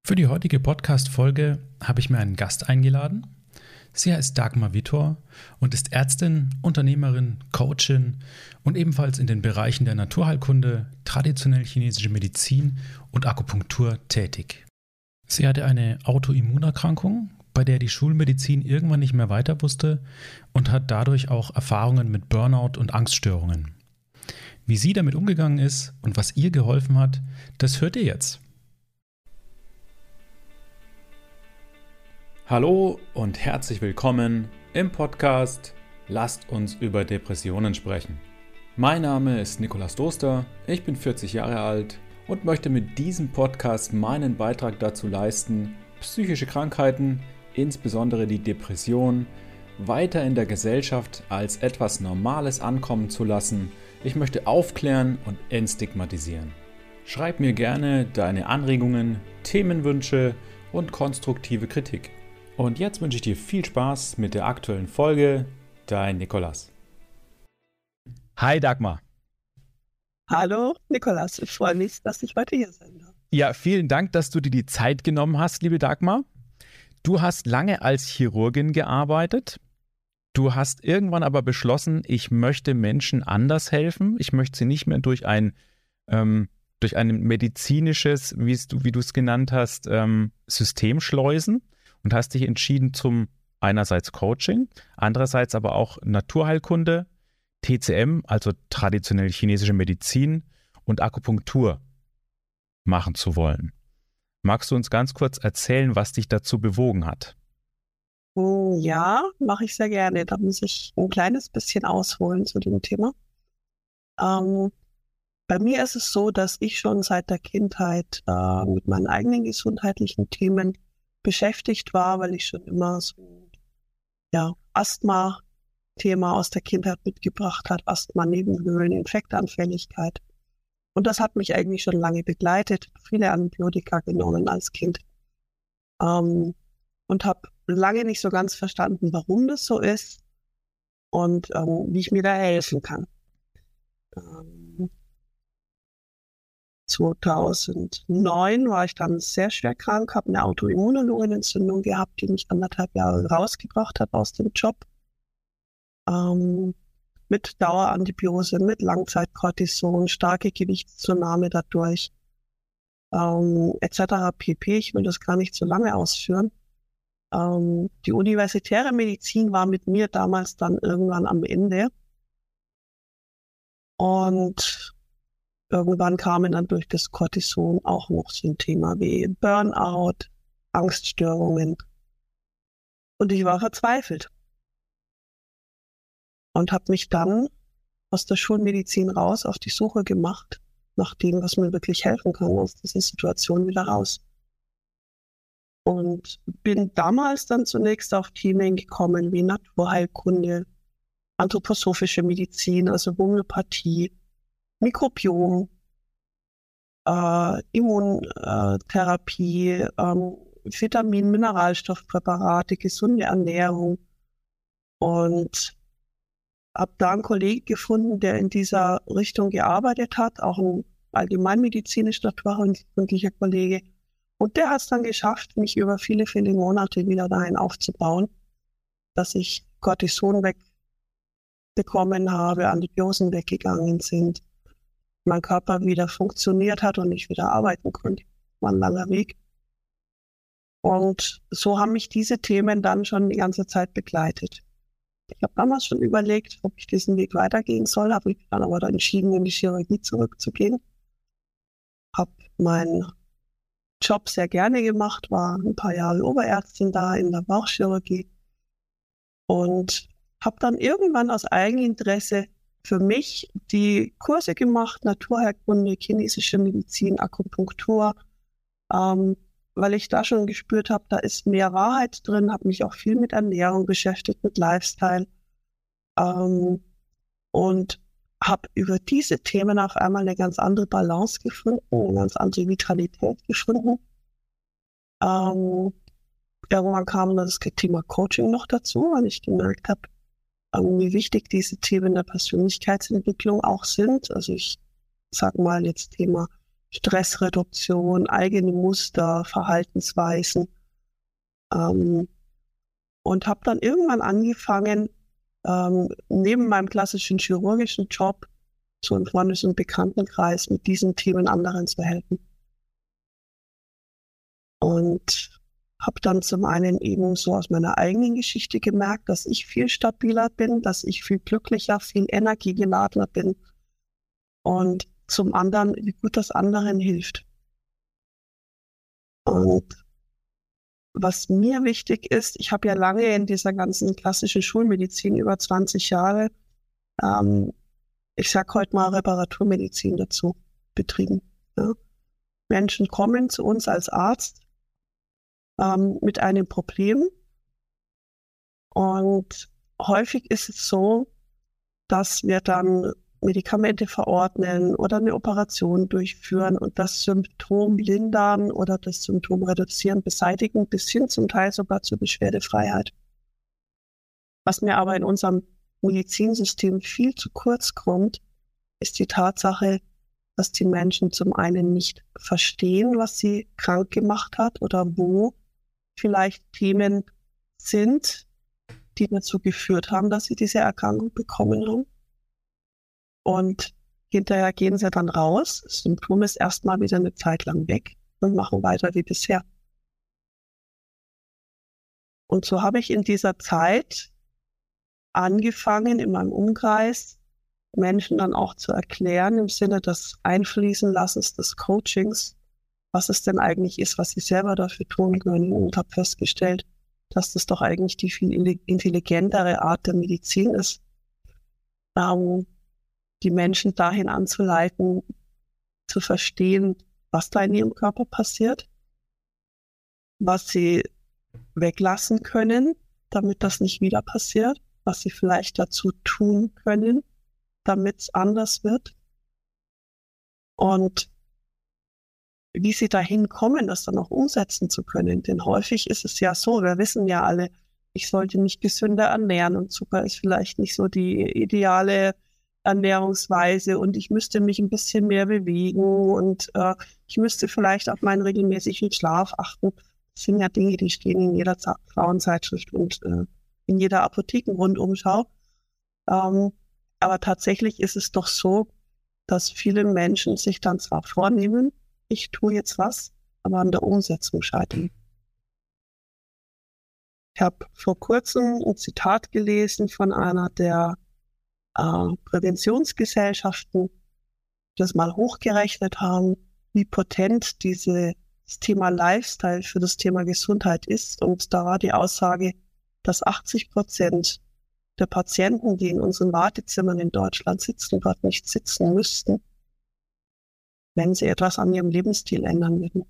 Für die heutige Podcast-Folge habe ich mir einen Gast eingeladen. Sie heißt Dagmar Vittor und ist Ärztin, Unternehmerin, Coachin und ebenfalls in den Bereichen der Naturheilkunde, traditionell chinesische Medizin und Akupunktur tätig. Sie hatte eine Autoimmunerkrankung, bei der die Schulmedizin irgendwann nicht mehr weiter wusste und hat dadurch auch Erfahrungen mit Burnout und Angststörungen. Wie sie damit umgegangen ist und was ihr geholfen hat, das hört ihr jetzt. Hallo und herzlich willkommen im Podcast Lasst uns über Depressionen sprechen. Mein Name ist Nikolaus Doster, ich bin 40 Jahre alt und möchte mit diesem Podcast meinen Beitrag dazu leisten, psychische Krankheiten, insbesondere die Depression, weiter in der Gesellschaft als etwas Normales ankommen zu lassen. Ich möchte aufklären und entstigmatisieren. Schreib mir gerne deine Anregungen, Themenwünsche und konstruktive Kritik. Und jetzt wünsche ich dir viel Spaß mit der aktuellen Folge. Dein Nikolaus. Hi Dagmar. Hallo Nikolaus, ich freue mich, dass ich heute hier sein darf. Ja, vielen Dank, dass du dir die Zeit genommen hast, liebe Dagmar. Du hast lange als Chirurgin gearbeitet. Du hast irgendwann aber beschlossen, ich möchte Menschen anders helfen. Ich möchte sie nicht mehr durch ein medizinisches, wie du es genannt hast, System schleusen. Und hast dich entschieden zum einerseits Coaching, andererseits aber auch Naturheilkunde, TCM, also traditionell chinesische Medizin und Akupunktur machen zu wollen. Magst du uns ganz kurz erzählen, was dich dazu bewogen hat? Ja, mache ich sehr gerne. Da muss ich ein kleines bisschen ausholen zu dem Thema. Bei mir ist es so, dass ich schon seit der Kindheit mit meinen eigenen gesundheitlichen Themen beschäftigt war, weil ich schon immer so Asthma-Thema aus der Kindheit mitgebracht hat, Asthma, Nebenhöhlen, Infektanfälligkeit. Und das hat mich eigentlich schon lange begleitet, viele Antibiotika genommen als Kind. Und habe lange nicht so ganz verstanden, warum das so ist und wie ich mir da helfen kann. 2009 war ich dann sehr schwer krank, habe eine Autoimmunlungenentzündung gehabt, die mich 1,5 Jahre rausgebracht hat aus dem Job. Mit Dauerantibiose, mit Langzeitkortison, starke Gewichtszunahme dadurch, etc. pp. Ich will das gar nicht so lange ausführen. Die universitäre Medizin war mit mir damals dann irgendwann am Ende. Und irgendwann kamen dann durch das Cortison auch noch so ein Thema wie Burnout, Angststörungen. Und ich war verzweifelt. Und habe mich dann aus der Schulmedizin raus auf die Suche gemacht, nach dem, was mir wirklich helfen kann, aus dieser Situation wieder raus. Und bin damals dann zunächst auf Themen gekommen wie Naturheilkunde, anthroposophische Medizin, also Homöopathie, Mikrobiom, Immuntherapie, Vitamin-, Mineralstoffpräparate, gesunde Ernährung und habe da einen Kollegen gefunden, der in dieser Richtung gearbeitet hat, auch ein allgemeinmedizinisch naturheilkundlicher Kollege. Und der hat es dann geschafft, mich über viele, viele Monate wieder dahin aufzubauen, dass ich Cortison wegbekommen habe, Antibiosen weggegangen sind, mein Körper wieder funktioniert hat und ich wieder arbeiten konnte. War ein langer Weg. Und so haben mich diese Themen dann schon die ganze Zeit begleitet. Ich habe damals schon überlegt, ob ich diesen Weg weitergehen soll, habe mich dann aber entschieden, in die Chirurgie zurückzugehen. Habe meinen Job sehr gerne gemacht, war ein paar Jahre Oberärztin da in der Bauchchirurgie und habe dann irgendwann aus Eigeninteresse für mich die Kurse gemacht, Naturheilkunde, chinesische Medizin, Akupunktur, weil ich da schon gespürt habe, da ist mehr Wahrheit drin, habe mich auch viel mit Ernährung beschäftigt, mit Lifestyle und habe über diese Themen auf einmal eine ganz andere Balance gefunden, eine ganz andere Vitalität gefunden. Irgendwann kam das Thema Coaching noch dazu, weil ich gemerkt habe, wie wichtig diese Themen der Persönlichkeitsentwicklung auch sind. Also ich sage mal jetzt Thema Stressreduktion, eigene Muster, Verhaltensweisen. Und habe dann irgendwann angefangen, neben meinem klassischen chirurgischen Job so im Freundes- und Bekanntenkreis mit diesen Themen anderen zu helfen. Und habe dann zum einen eben so aus meiner eigenen Geschichte gemerkt, dass ich viel stabiler bin, dass ich viel glücklicher, viel energiegeladener bin. Und zum anderen, wie gut das anderen hilft. Und was mir wichtig ist, ich habe ja lange in dieser ganzen klassischen Schulmedizin über 20 Jahre, ich sage heute mal Reparaturmedizin dazu, betrieben. Ja. Menschen kommen zu uns als Arzt mit einem Problem und häufig ist es so, dass wir dann Medikamente verordnen oder eine Operation durchführen und das Symptom lindern oder das Symptom reduzieren, beseitigen, bis hin zum Teil sogar zur Beschwerdefreiheit. Was mir aber in unserem Medizinsystem viel zu kurz kommt, ist die Tatsache, dass die Menschen zum einen nicht verstehen, was sie krank gemacht hat oder wo vielleicht Themen sind, die dazu geführt haben, dass sie diese Erkrankung bekommen haben. Und hinterher gehen sie dann raus, das Symptom ist erstmal wieder eine Zeit lang weg und machen weiter wie bisher. Und so habe ich in dieser Zeit angefangen, in meinem Umkreis Menschen dann auch zu erklären, im Sinne des Einfließenlassens des Coachings, was es denn eigentlich ist, was sie selber dafür tun können, und habe festgestellt, dass das doch eigentlich die viel intelligentere Art der Medizin ist, die Menschen dahin anzuleiten, zu verstehen, was da in ihrem Körper passiert, was sie weglassen können, damit das nicht wieder passiert, was sie vielleicht dazu tun können, damit es anders wird und wie sie dahin kommen, das dann auch umsetzen zu können. Denn häufig ist es ja so, wir wissen ja alle, ich sollte mich gesünder ernähren und Zucker ist vielleicht nicht so die ideale Ernährungsweise und ich müsste mich ein bisschen mehr bewegen und ich müsste vielleicht auf meinen regelmäßigen Schlaf achten. Das sind ja Dinge, die stehen in jeder Frauenzeitschrift und in jeder Apothekenrundumschau. Aber tatsächlich ist es doch so, dass viele Menschen sich dann zwar vornehmen, ich tue jetzt was, aber an der Umsetzung scheitern. Ich habe vor kurzem ein Zitat gelesen von einer der Präventionsgesellschaften, die das mal hochgerechnet haben, wie potent dieses Thema Lifestyle für das Thema Gesundheit ist. Und da war die Aussage, dass 80% der Patienten, die in unseren Wartezimmern in Deutschland sitzen, dort nicht sitzen müssten, wenn sie etwas an ihrem Lebensstil ändern würden.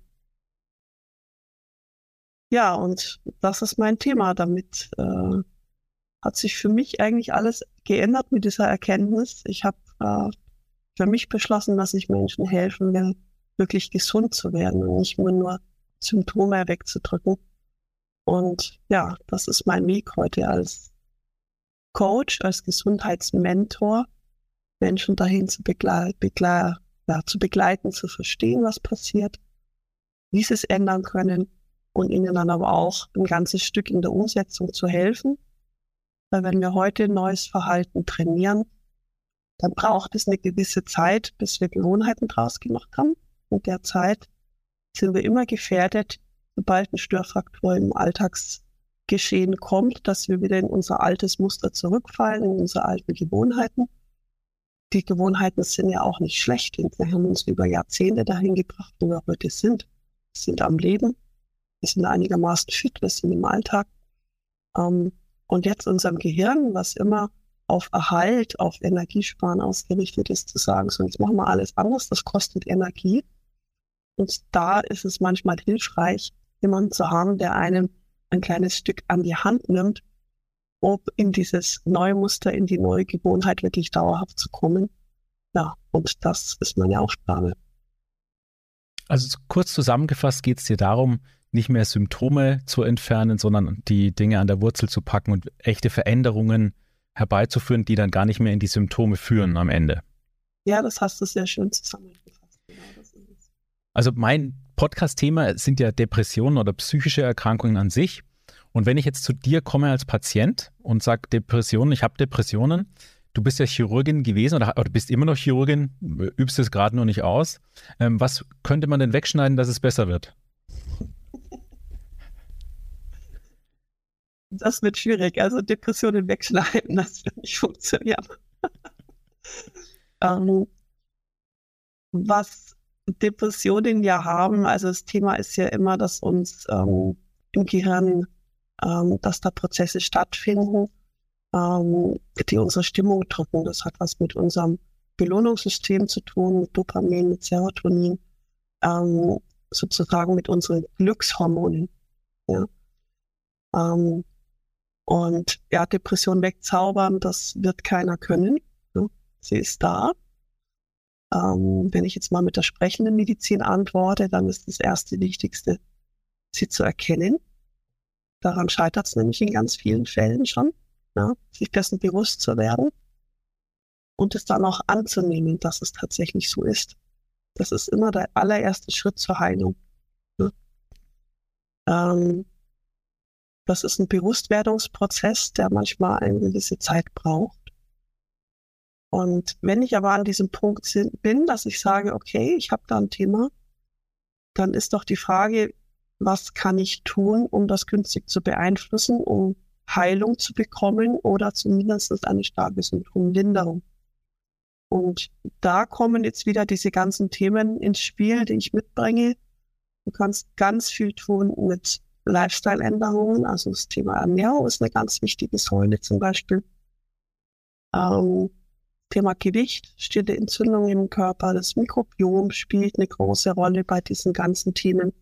Ja, und das ist mein Thema. Damit hat sich für mich eigentlich alles geändert mit dieser Erkenntnis. Ich habe für mich beschlossen, dass ich Menschen helfen will, wirklich gesund zu werden und nicht nur Symptome wegzudrücken. Und ja, das ist mein Weg heute als Coach, als Gesundheitsmentor, Menschen dahin zu begleiten, zu verstehen, was passiert, wie sie es ändern können und ihnen dann aber auch ein ganzes Stück in der Umsetzung zu helfen. Weil wenn wir heute ein neues Verhalten trainieren, dann braucht es eine gewisse Zeit, bis wir Gewohnheiten draus gemacht haben. Und der Zeit sind wir immer gefährdet, sobald ein Störfaktor im Alltagsgeschehen kommt, dass wir wieder in unser altes Muster zurückfallen, in unsere alten Gewohnheiten. Die Gewohnheiten sind ja auch nicht schlecht. Wir haben uns über Jahrzehnte dahin gebracht, wo wir heute sind. Wir sind am Leben, wir sind einigermaßen fit, wir sind im Alltag. Und jetzt unserem Gehirn, was immer auf Erhalt, auf Energiesparen ausgerichtet ist, zu sagen, so jetzt machen wir alles anders, das kostet Energie. Und da ist es manchmal hilfreich, jemanden zu haben, der einem ein kleines Stück an die Hand nimmt, um in dieses neue Muster, in die neue Gewohnheit wirklich dauerhaft zu kommen. Ja, und das ist meine Aufgabe. Also kurz zusammengefasst geht es dir darum, nicht mehr Symptome zu entfernen, sondern die Dinge an der Wurzel zu packen und echte Veränderungen herbeizuführen, die dann gar nicht mehr in die Symptome führen am Ende. Ja, das hast du sehr schön zusammengefasst. Genau, das ist es. Also mein Podcast-Thema sind ja Depressionen oder psychische Erkrankungen an sich. Und wenn ich jetzt zu dir komme als Patient und sage Depressionen, ich habe Depressionen, du bist ja Chirurgin gewesen oder bist immer noch Chirurgin, übst es gerade noch nicht aus. Was könnte man denn wegschneiden, dass es besser wird? Das wird schwierig. Also Depressionen wegschneiden, das wird nicht funktionieren. Was Depressionen ja haben, also das Thema ist ja immer, dass uns im Gehirn, dass da Prozesse stattfinden, die unsere Stimmung drücken. Das hat was mit unserem Belohnungssystem zu tun, mit Dopamin, mit Serotonin, sozusagen mit unseren Glückshormonen. Ja. Und ja, Depression wegzaubern, das wird keiner können. Ja. Sie ist da. Wenn ich jetzt mal mit der sprechenden Medizin antworte, dann ist das erste Wichtigste, sie zu erkennen. Daran scheitert es nämlich in ganz vielen Fällen schon, ja, sich dessen bewusst zu werden und es dann auch anzunehmen, dass es tatsächlich so ist. Das ist immer der allererste Schritt zur Heilung. Ja. Das ist ein Bewusstwerdungsprozess, der manchmal eine gewisse Zeit braucht. Und wenn ich aber an diesem Punkt bin, dass ich sage, okay, ich habe da ein Thema, dann ist doch die Frage, was kann ich tun, um das günstig zu beeinflussen, um Heilung zu bekommen oder zumindest eine starke Symptomlinderung. Und da kommen jetzt wieder diese ganzen Themen ins Spiel, die ich mitbringe. Du kannst ganz viel tun mit Lifestyle-Änderungen, also das Thema Ernährung ist eine ganz wichtige Säule zum Beispiel. Thema Gewicht, stille Entzündungen im Körper, das Mikrobiom spielt eine große Rolle bei diesen ganzen Themen.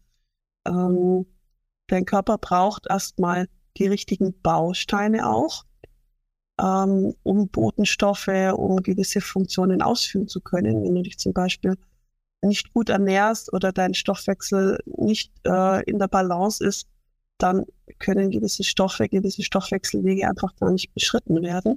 Dein Körper braucht erstmal die richtigen Bausteine auch, um Botenstoffe, um gewisse Funktionen ausführen zu können. Wenn du dich zum Beispiel nicht gut ernährst oder dein Stoffwechsel nicht in der Balance ist, dann können gewisse Stoffe, gewisse Stoffwechselwege einfach gar nicht beschritten werden.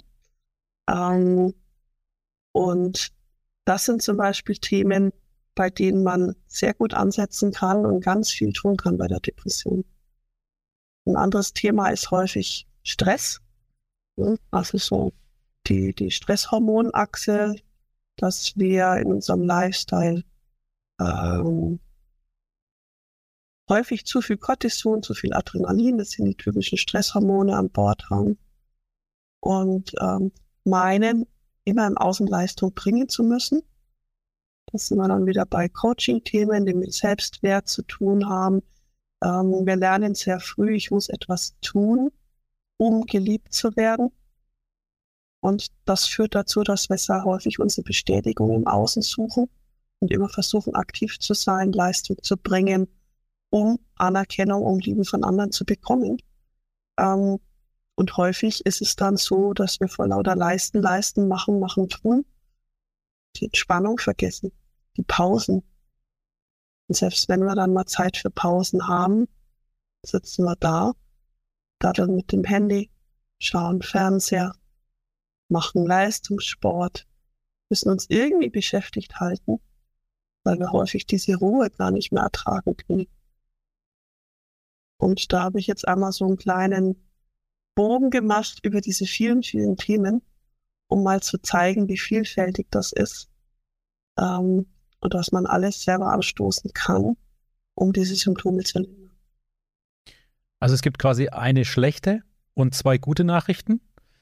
Und das sind zum Beispiel Themen, bei denen man sehr gut ansetzen kann und ganz viel tun kann bei der Depression. Ein anderes Thema ist häufig Stress. Also so die Stresshormonachse, dass wir in unserem Lifestyle häufig zu viel Cortison, zu viel Adrenalin, das sind die typischen Stresshormone an Bord haben und meinen, immer im Außen Leistung bringen zu müssen. Das sind wir dann wieder bei Coaching-Themen, die mit Selbstwert zu tun haben. Wir lernen sehr früh, ich muss etwas tun, um geliebt zu werden. Und das führt dazu, dass wir sehr häufig unsere Bestätigung im Außen suchen und immer versuchen, aktiv zu sein, Leistung zu bringen, um Anerkennung, um Liebe von anderen zu bekommen. Und häufig ist es dann so, dass wir vor lauter Leisten, machen, tun, die Entspannung vergessen, die Pausen. Und selbst wenn wir dann mal Zeit für Pausen haben, sitzen wir da, daddeln mit dem Handy, schauen Fernseher, machen Leistungssport, müssen uns irgendwie beschäftigt halten, weil wir häufig diese Ruhe gar nicht mehr ertragen können. Und da habe ich jetzt einmal so einen kleinen Bogen gemacht über diese vielen, vielen Themen, um mal zu zeigen, wie vielfältig das ist und dass man alles selber anstoßen kann, um diese Symptome zu lindern. Also es gibt quasi eine schlechte und zwei gute Nachrichten.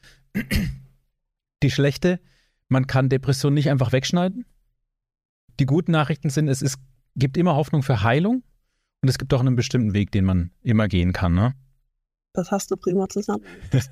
Die schlechte, man kann Depression nicht einfach wegschneiden. Die guten Nachrichten sind, gibt immer Hoffnung für Heilung und es gibt auch einen bestimmten Weg, den man immer gehen kann, ne? Das hast du prima zusammen.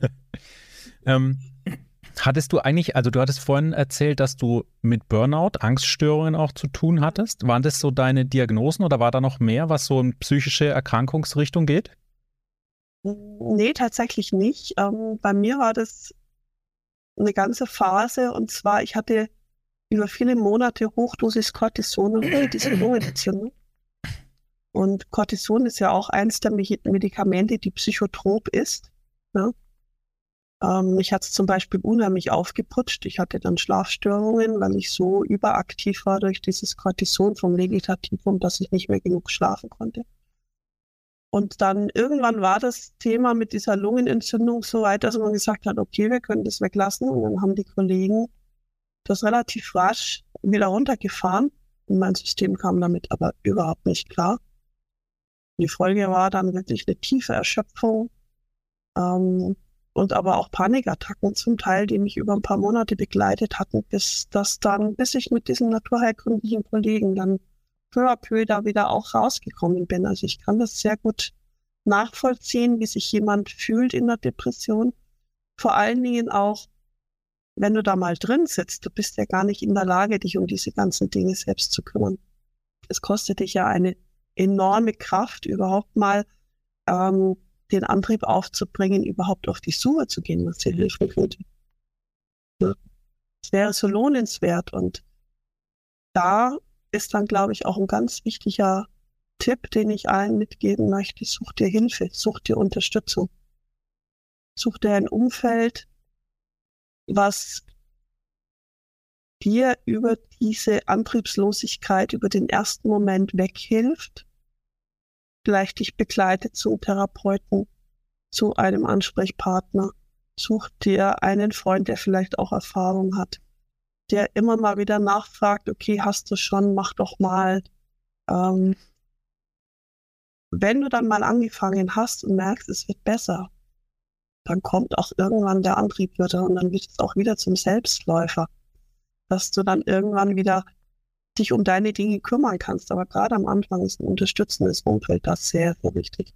Hattest du eigentlich, also du hattest vorhin erzählt, dass du mit Burnout, Angststörungen auch zu tun hattest. Waren das so deine Diagnosen oder war da noch mehr, was so in psychische Erkrankungsrichtung geht? Nee, tatsächlich nicht. Bei mir war das eine ganze Phase und zwar, ich hatte über viele Monate Hochdosis Cortison und diese Lungenentzündung. Und Cortison ist ja auch eins der Medikamente, die psychotrop ist. Ja? Mich hat es zum Beispiel unheimlich aufgeputscht. Ich hatte dann Schlafstörungen, weil ich so überaktiv war durch dieses Cortison vom Vegetativum, dass ich nicht mehr genug schlafen konnte. Und dann irgendwann war das Thema mit dieser Lungenentzündung so weit, dass man gesagt hat, okay, wir können das weglassen. Und dann haben die Kollegen das relativ rasch wieder runtergefahren. Und mein System kam damit aber überhaupt nicht klar. Die Folge war dann wirklich eine tiefe Erschöpfung, und aber auch Panikattacken zum Teil, die mich über ein paar Monate begleitet hatten, bis ich mit diesen naturheilkundlichen Kollegen dann peu à peu da wieder auch rausgekommen bin. Also ich kann das sehr gut nachvollziehen, wie sich jemand fühlt in der Depression. Vor allen Dingen auch, wenn du da mal drin sitzt, du bist ja gar nicht in der Lage, dich um diese ganzen Dinge selbst zu kümmern. Es kostet dich ja eine enorme Kraft, überhaupt mal den Antrieb aufzubringen, überhaupt auf die Suche zu gehen, was dir helfen könnte. Es wäre so lohnenswert. Und da ist dann, glaube ich, auch ein ganz wichtiger Tipp, den ich allen mitgeben möchte: Such dir Hilfe, such dir Unterstützung. Such dir ein Umfeld, was dir über diese Antriebslosigkeit, über den ersten Moment weghilft, vielleicht dich begleitet zum Therapeuten, zu einem Ansprechpartner. Such dir einen Freund, der vielleicht auch Erfahrung hat, der immer mal wieder nachfragt, okay, hast du schon, mach doch mal. Wenn du dann mal angefangen hast und merkst, es wird besser, dann kommt auch irgendwann der Antrieb wieder und dann wird es auch wieder zum Selbstläufer, dass du dann irgendwann wieder dich um deine Dinge kümmern kannst. Aber gerade am Anfang ist ein unterstützendes Umfeld das sehr, sehr wichtig.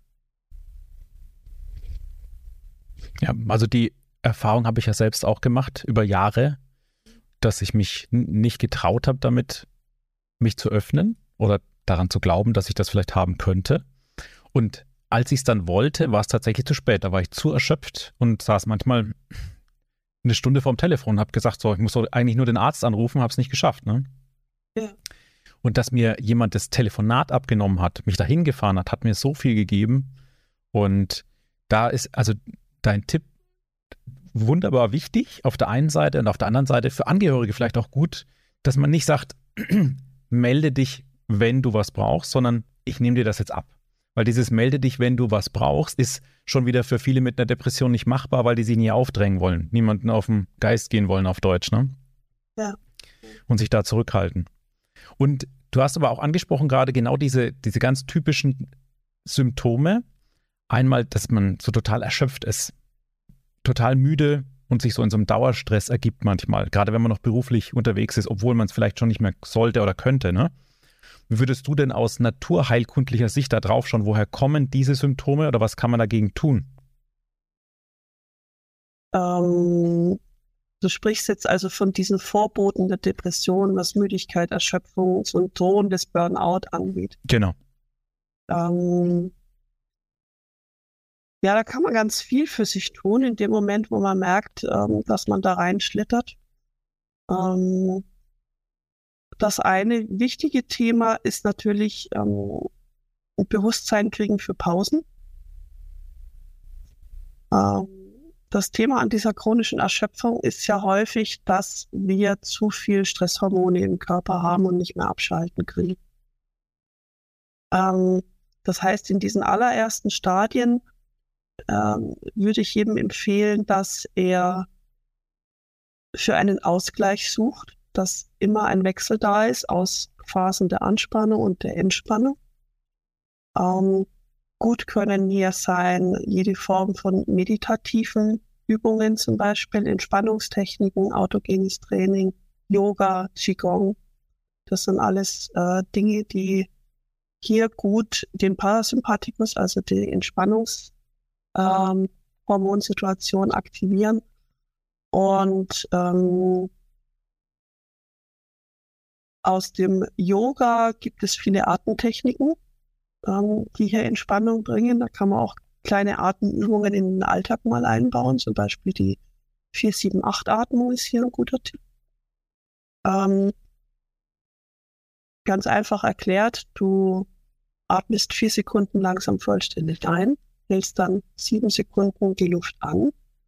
Ja, also die Erfahrung habe ich ja selbst auch gemacht über Jahre, dass ich mich nicht getraut habe, damit mich zu öffnen oder daran zu glauben, dass ich das vielleicht haben könnte. Und als ich es dann wollte, war es tatsächlich zu spät. Da war ich zu erschöpft und saß manchmal eine Stunde vorm Telefon und habe gesagt, so, ich muss doch eigentlich nur den Arzt anrufen, habe es nicht geschafft. Ne? Ja. Und dass mir jemand das Telefonat abgenommen hat, mich dahin gefahren hat mir so viel gegeben. Und da ist also dein Tipp wunderbar wichtig auf der einen Seite und auf der anderen Seite für Angehörige vielleicht auch gut, dass man nicht sagt, melde dich, wenn du was brauchst, sondern ich nehme dir das jetzt ab. Weil dieses melde dich, wenn du was brauchst, ist schon wieder für viele mit einer Depression nicht machbar, weil die sich nie aufdrängen wollen, niemanden auf den Geist gehen wollen auf Deutsch, ne? Ja. Und sich da zurückhalten. Und du hast aber auch angesprochen gerade genau diese ganz typischen Symptome. Einmal, dass man so total erschöpft ist, total müde und sich so in so einem Dauerstress ergibt manchmal, gerade wenn man noch beruflich unterwegs ist, obwohl man es vielleicht schon nicht mehr sollte oder könnte, ne? Wie würdest du denn aus naturheilkundlicher Sicht da drauf schauen? Woher kommen diese Symptome oder was kann man dagegen tun? Du sprichst jetzt also von diesen Vorboten der Depression, was Müdigkeit, Erschöpfung, Symptom des Burnout angeht. Genau. Ja, da kann man ganz viel für sich tun, in dem Moment, wo man merkt, dass man da reinschlittert. Das eine wichtige Thema ist natürlich Bewusstsein kriegen für Pausen. Das Thema an dieser chronischen Erschöpfung ist ja häufig, dass wir zu viel Stresshormone im Körper haben und nicht mehr abschalten können. Das heißt, in diesen allerersten Stadien würde ich jedem empfehlen, dass er für einen Ausgleich sucht, dass immer ein Wechsel da ist aus Phasen der Anspannung und der Entspannung. Gut können hier sein jede Form von meditativen Übungen, zum Beispiel Entspannungstechniken, autogenes Training, Yoga, Qigong. Das sind alles Dinge, die hier gut den Parasympathikus, also die Entspannungshormonsituation aktivieren. Und aus dem Yoga gibt es viele Atemtechniken, die hier Entspannung bringen. Da kann man auch kleine Atemübungen in den Alltag mal einbauen. Zum Beispiel die 4-7-8-Atmung ist hier ein guter Tipp. Ganz einfach erklärt, du atmest 4 Sekunden langsam vollständig ein, hältst dann 7 Sekunden die Luft an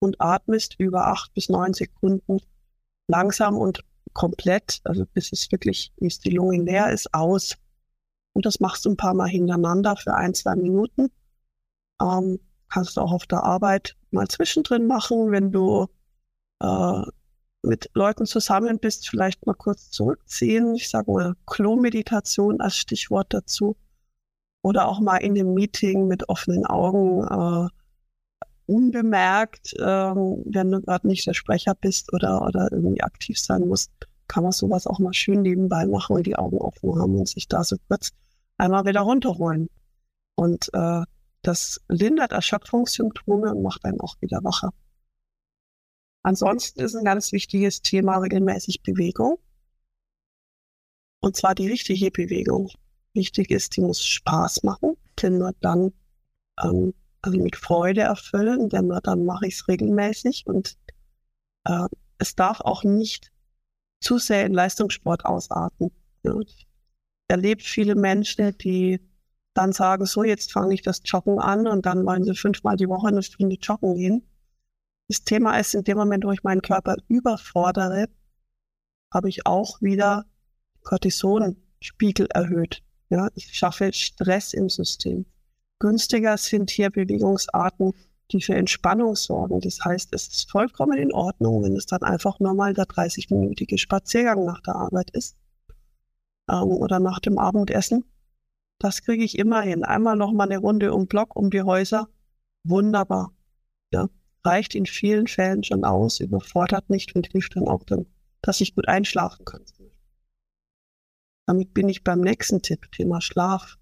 und atmest über 8 bis 9 Sekunden langsam und komplett, also bis die Lunge leer ist, aus. Und das machst du ein paar Mal hintereinander für 1-2 Minuten. Kannst du auch auf der Arbeit mal zwischendrin machen, wenn du mit Leuten zusammen bist, vielleicht mal kurz zurückziehen. Ich sage mal Klo-Meditation als Stichwort dazu. Oder auch mal in einem Meeting mit offenen Augen unbemerkt, wenn du gerade nicht der Sprecher bist oder irgendwie aktiv sein musst, kann man sowas auch mal schön nebenbei machen und die Augen offen haben und sich da so kurz einmal wieder runterholen. Und das lindert Erschöpfungssymptome und macht einen auch wieder wacher. Ansonsten ist ein ganz wichtiges Thema regelmäßig Bewegung. Und zwar die richtige Bewegung. Wichtig ist, die muss Spaß machen, denn nur dann also mit Freude erfüllen, denn nur dann mache ich es regelmäßig. Und es darf auch nicht zu sehr in Leistungssport ausarten. Ja. Ich erlebe viele Menschen, die dann sagen, so, jetzt fange ich das Joggen an und dann wollen sie 5-mal die Woche eine Stunde joggen gehen. Das Thema ist, in dem Moment, wo ich meinen Körper überfordere, habe ich auch wieder Cortisonspiegel erhöht. Ja, ich schaffe Stress im System. Günstiger sind hier Bewegungsarten, die für Entspannung sorgen. Das heißt, es ist vollkommen in Ordnung, wenn es dann einfach nur mal der 30-minütige Spaziergang nach der Arbeit ist oder nach dem Abendessen. Das kriege ich immer hin. Einmal noch mal eine Runde um Block, um die Häuser. Wunderbar. Ja. Reicht in vielen Fällen schon aus, überfordert nicht und hilft dann auch, dass ich gut einschlafen kann. Damit bin ich beim nächsten Tipp, Thema Schlaf.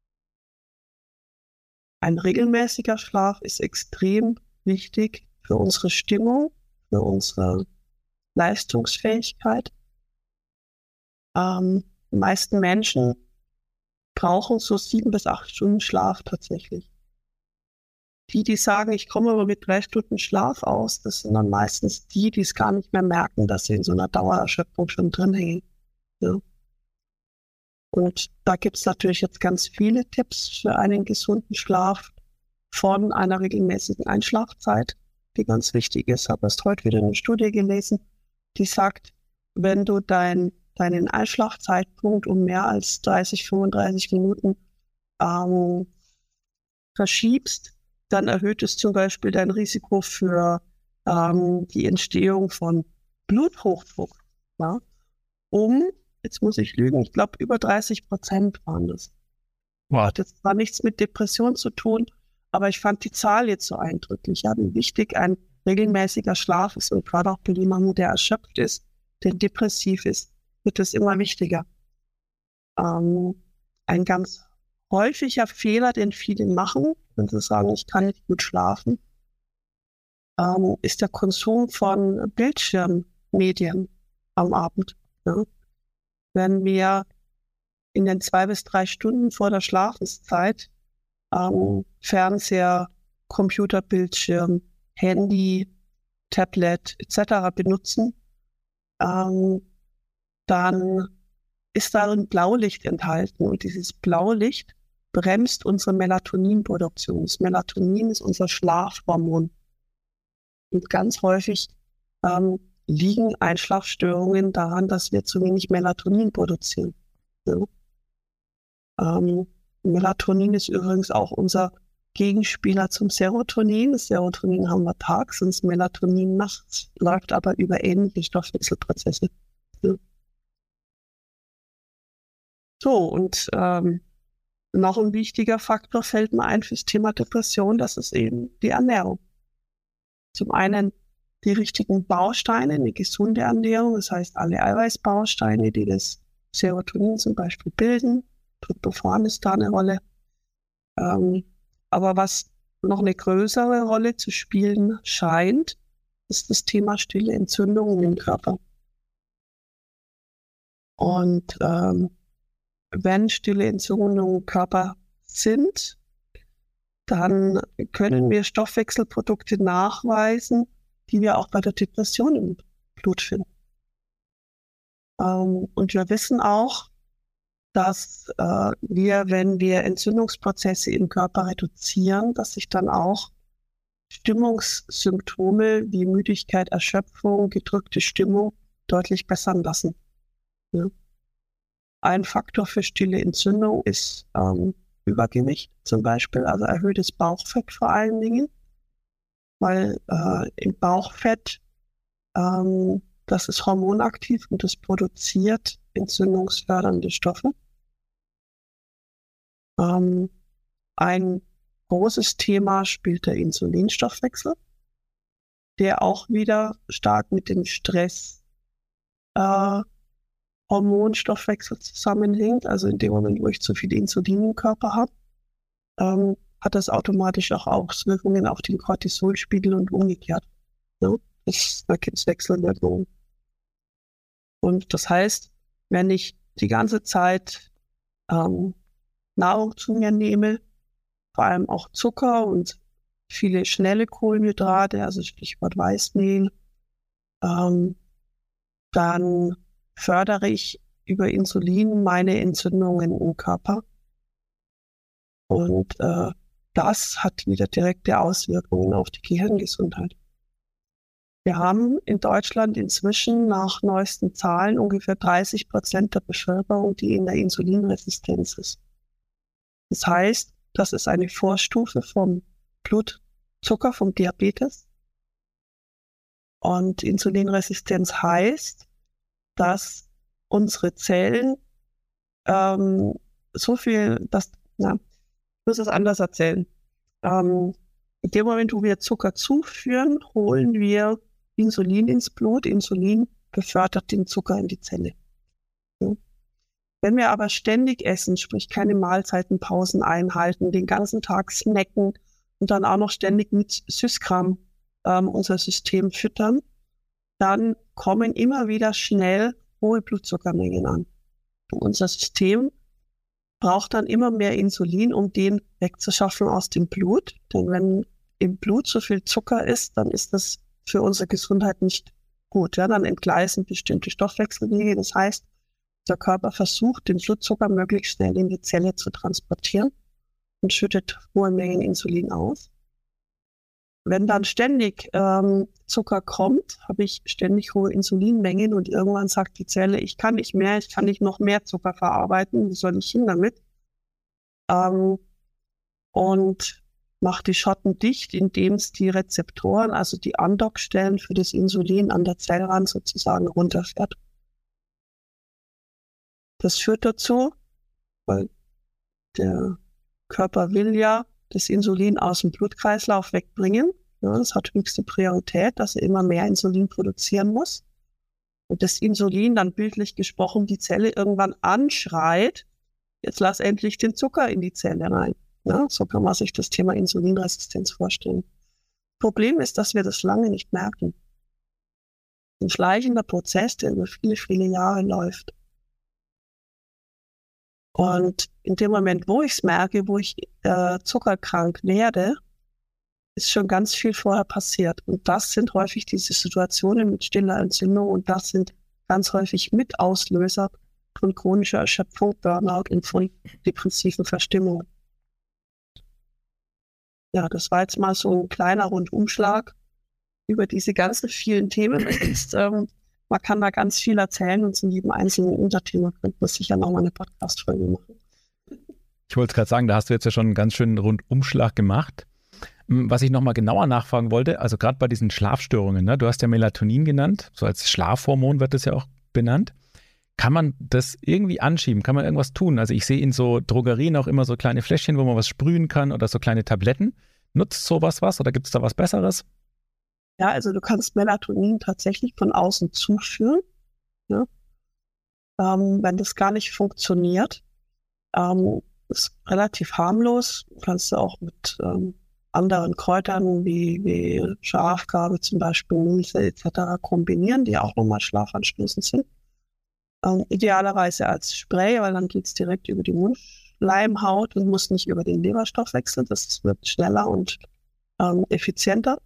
Ein regelmäßiger Schlaf ist extrem wichtig für unsere Stimmung, für unsere Leistungsfähigkeit. Die meisten Menschen brauchen so 7 bis 8 Stunden Schlaf tatsächlich. Die sagen, ich komme aber mit 3 Stunden Schlaf aus, das sind dann meistens die es gar nicht mehr merken, dass sie in so einer Dauererschöpfung schon drin hängen. Ja. Und da gibt es natürlich jetzt ganz viele Tipps für einen gesunden Schlaf von einer regelmäßigen Einschlafzeit, die ganz wichtig ist. Ich habe erst heute wieder eine Studie gelesen, die sagt, wenn du deinen Einschlafzeitpunkt um mehr als 30, 35 Minuten verschiebst, dann erhöht es zum Beispiel dein Risiko für die Entstehung von Bluthochdruck. Ja? Jetzt muss ich lügen, ich glaube über 30% waren das. Wow. Hat jetzt zwar nichts mit Depression zu tun, aber ich fand die Zahl jetzt so eindrücklich. Ja, wie wichtig ein regelmäßiger Schlaf ist und gerade auch bei jemandem, der erschöpft ist, der depressiv ist, wird es immer wichtiger. Ein ganz häufiger Fehler, den viele machen, wenn sie sagen, ich kann nicht gut schlafen, ist der Konsum von Bildschirmmedien am Abend. Ja. Wenn wir in den 2 bis 3 Stunden vor der Schlafenszeit Fernseher, Computerbildschirm, Handy, Tablet etc. benutzen, dann ist darin Blaulicht enthalten und dieses Blaulicht bremst unsere Melatoninproduktion. Das Melatonin ist unser Schlafhormon. Und ganz häufig liegen Einschlafstörungen daran, dass wir zu wenig Melatonin produzieren. Ja. Melatonin ist übrigens auch unser Gegenspieler zum Serotonin. Das Serotonin haben wir tags und das Melatonin nachts, läuft aber über ähnliche Stoffwechselprozesse. Ja. So, und noch ein wichtiger Faktor fällt mir ein fürs Thema Depression, das ist eben die Ernährung. Zum einen die richtigen Bausteine, eine gesunde Ernährung, das heißt alle Eiweißbausteine, die das Serotonin zum Beispiel bilden. Tryptophan ist da eine Rolle. Aber was noch eine größere Rolle zu spielen scheint, ist das Thema stille Entzündungen im Körper. Und wenn stille Entzündungen im Körper sind, dann können wir Stoffwechselprodukte nachweisen, die wir auch bei der Depression im Blut finden. Und wir wissen auch, dass wenn wir Entzündungsprozesse im Körper reduzieren, dass sich dann auch Stimmungssymptome wie Müdigkeit, Erschöpfung, gedrückte Stimmung deutlich bessern lassen. Ja. Ein Faktor für stille Entzündung ist Übergewicht zum Beispiel, also erhöhtes Bauchfett vor allen Dingen, weil im Bauchfett, das ist hormonaktiv und das produziert entzündungsfördernde Stoffe. Ein großes Thema spielt der Insulinstoffwechsel, der auch wieder stark mit dem Hormonstoffwechsel zusammenhängt. Also in dem Moment, wo ich zu viel Insulin im Körper habe, hat das automatisch auch Auswirkungen auf den Cortisolspiegel und umgekehrt. Ja? Da gibt es Wechselwirkungen. Und das heißt, wenn ich die ganze Zeit Nahrung zu mir nehme, vor allem auch Zucker und viele schnelle Kohlenhydrate, also Stichwort Weißmehl, dann fördere ich über Insulin meine Entzündungen im Körper. Und das hat wieder direkte Auswirkungen auf die Gehirngesundheit. Wir haben in Deutschland inzwischen nach neuesten Zahlen ungefähr 30% der Bevölkerung, die in der Insulinresistenz ist. Das heißt, das ist eine Vorstufe vom Blutzucker, vom Diabetes. Und Insulinresistenz heißt, dass unsere Zellen ich muss es anders erzählen. In dem Moment, wo wir Zucker zuführen, holen wir Insulin ins Blut. Insulin befördert den Zucker in die Zelle. Ja. Wenn wir aber ständig essen, sprich keine Mahlzeitenpausen einhalten, den ganzen Tag snacken und dann auch noch ständig mit Süßkram unser System füttern, dann kommen immer wieder schnell hohe Blutzuckermengen an. Und unser System braucht dann immer mehr Insulin, um den wegzuschaffen aus dem Blut. Denn wenn im Blut so viel Zucker ist, dann ist das für unsere Gesundheit nicht gut. Ja? Dann entgleisen bestimmte Stoffwechselwege. Das heißt, der Körper versucht, den Blutzucker möglichst schnell in die Zelle zu transportieren und schüttet hohe Mengen Insulin aus. Wenn dann ständig Zucker kommt, habe ich ständig hohe Insulinmengen und irgendwann sagt die Zelle, ich kann nicht mehr, ich kann nicht noch mehr Zucker verarbeiten, wie soll ich hin damit? Und macht die Schotten dicht, indem es die Rezeptoren, also die Andockstellen für das Insulin an der Zellwand sozusagen runterfährt. Das führt dazu, weil der Körper will ja das Insulin aus dem Blutkreislauf wegbringen. Ja, das hat höchste Priorität, dass er immer mehr Insulin produzieren muss. Und das Insulin dann bildlich gesprochen die Zelle irgendwann anschreit, jetzt lass endlich den Zucker in die Zelle rein. Ja, so kann man sich das Thema Insulinresistenz vorstellen. Problem ist, dass wir das lange nicht merken. Ein schleichender Prozess, der über viele, viele Jahre läuft. Und in dem Moment, wo ich es merke, wo ich zuckerkrank werde, ist schon ganz viel vorher passiert. Und das sind häufig diese Situationen mit stiller Entzündung und das sind ganz häufig Mitauslöser von chronischer Erschöpfung, Burnout und von depressiven Verstimmungen. Ja, das war jetzt mal so ein kleiner Rundumschlag über diese ganzen vielen Themen. Man kann da ganz viel erzählen und zu jedem einzelnen Unterthema könnte man sicher nochmal eine Podcast-Folge machen. Ich wollte es gerade sagen, da hast du jetzt ja schon einen ganz schönen Rundumschlag gemacht. Was ich nochmal genauer nachfragen wollte, also gerade bei diesen Schlafstörungen, ne, du hast ja Melatonin genannt, so als Schlafhormon wird das ja auch benannt. Kann man das irgendwie anschieben? Kann man irgendwas tun? Also ich sehe in so Drogerien auch immer so kleine Fläschchen, wo man was sprühen kann oder so kleine Tabletten. Nutzt sowas was oder gibt es da was Besseres? Ja, also du kannst Melatonin tatsächlich von außen zuführen, ja? Wenn das gar nicht funktioniert. Ist relativ harmlos. Kannst du auch mit anderen Kräutern wie Schafgarbe zum Beispiel, Milze etc. kombinieren, die auch nochmal schlafanstoßend sind. Idealerweise als Spray, weil dann geht es direkt über die Mundschleimhaut und muss nicht über den Leberstoffwechsel. Das wird schneller und effizienter.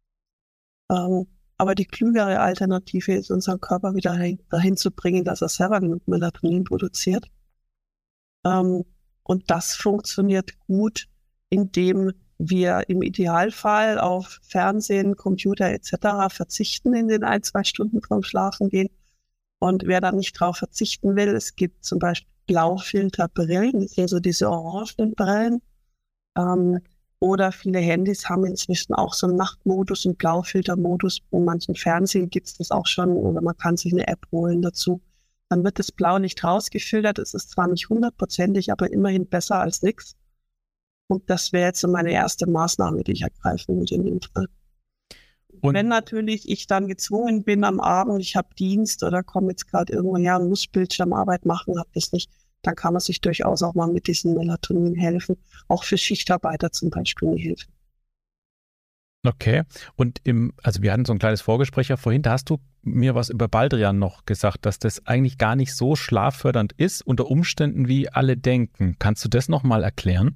Aber die klügere Alternative ist, unseren Körper wieder dahin zu bringen, dass er selber genug Melatonin produziert. Und das funktioniert gut, indem wir im Idealfall auf Fernsehen, Computer etc. verzichten in den 1-2 Stunden vorm Schlafengehen. Und wer da nicht drauf verzichten will, es gibt zum Beispiel Blaufilterbrillen, das sind so diese orangenen Brillen. Oder viele Handys haben inzwischen auch so einen Nachtmodus und Blaufiltermodus. In manchen Fernsehen gibt es das auch schon oder man kann sich eine App holen dazu. Dann wird das Blau nicht rausgefiltert. Es ist zwar nicht 100%, aber immerhin besser als nichts. Und das wäre jetzt so meine erste Maßnahme, die ich ergreifen würde in dem Fall. Und wenn natürlich ich dann gezwungen bin am Abend, ich habe Dienst oder komme jetzt gerade irgendwann, ja, muss Bildschirmarbeit machen, habe das nicht, dann kann man sich durchaus auch mal mit diesem Melatonin helfen. Auch für Schichtarbeiter zum Beispiel eine Hilfe. Okay. Und also wir hatten so ein kleines Vorgespräch ja vorhin, da hast du mir was über Baldrian noch gesagt, dass das eigentlich gar nicht so schlaffördernd ist, unter Umständen, wie alle denken. Kannst du das nochmal erklären?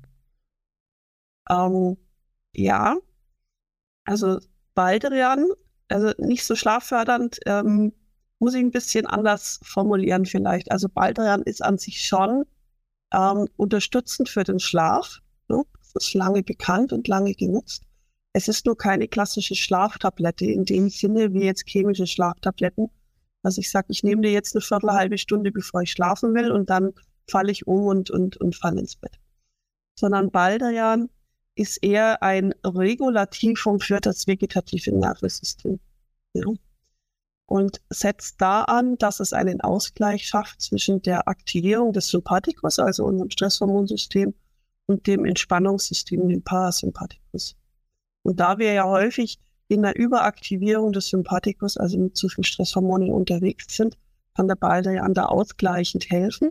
Ja, also Baldrian, also nicht so schlaffördernd, muss ich ein bisschen anders formulieren vielleicht. Also Baldrian ist an sich schon unterstützend für den Schlaf. Ne? Das ist lange bekannt und lange genutzt. Es ist nur keine klassische Schlaftablette in dem Sinne wie jetzt chemische Schlaftabletten. Also ich sage, ich nehme dir jetzt eine halbe Stunde, bevor ich schlafen will und dann falle ich um und falle ins Bett. Sondern Baldrian ist eher ein Regulativum für das vegetative Nervensystem. Ja. Und setzt da an, dass es einen Ausgleich schafft zwischen der Aktivierung des Sympathikus, also unserem Stresshormonsystem, und dem Entspannungssystem, dem Parasympathikus. Und da wir ja häufig in der Überaktivierung des Sympathikus, also mit zu viel Stresshormonen unterwegs sind, kann der Baldrian da ausgleichend helfen.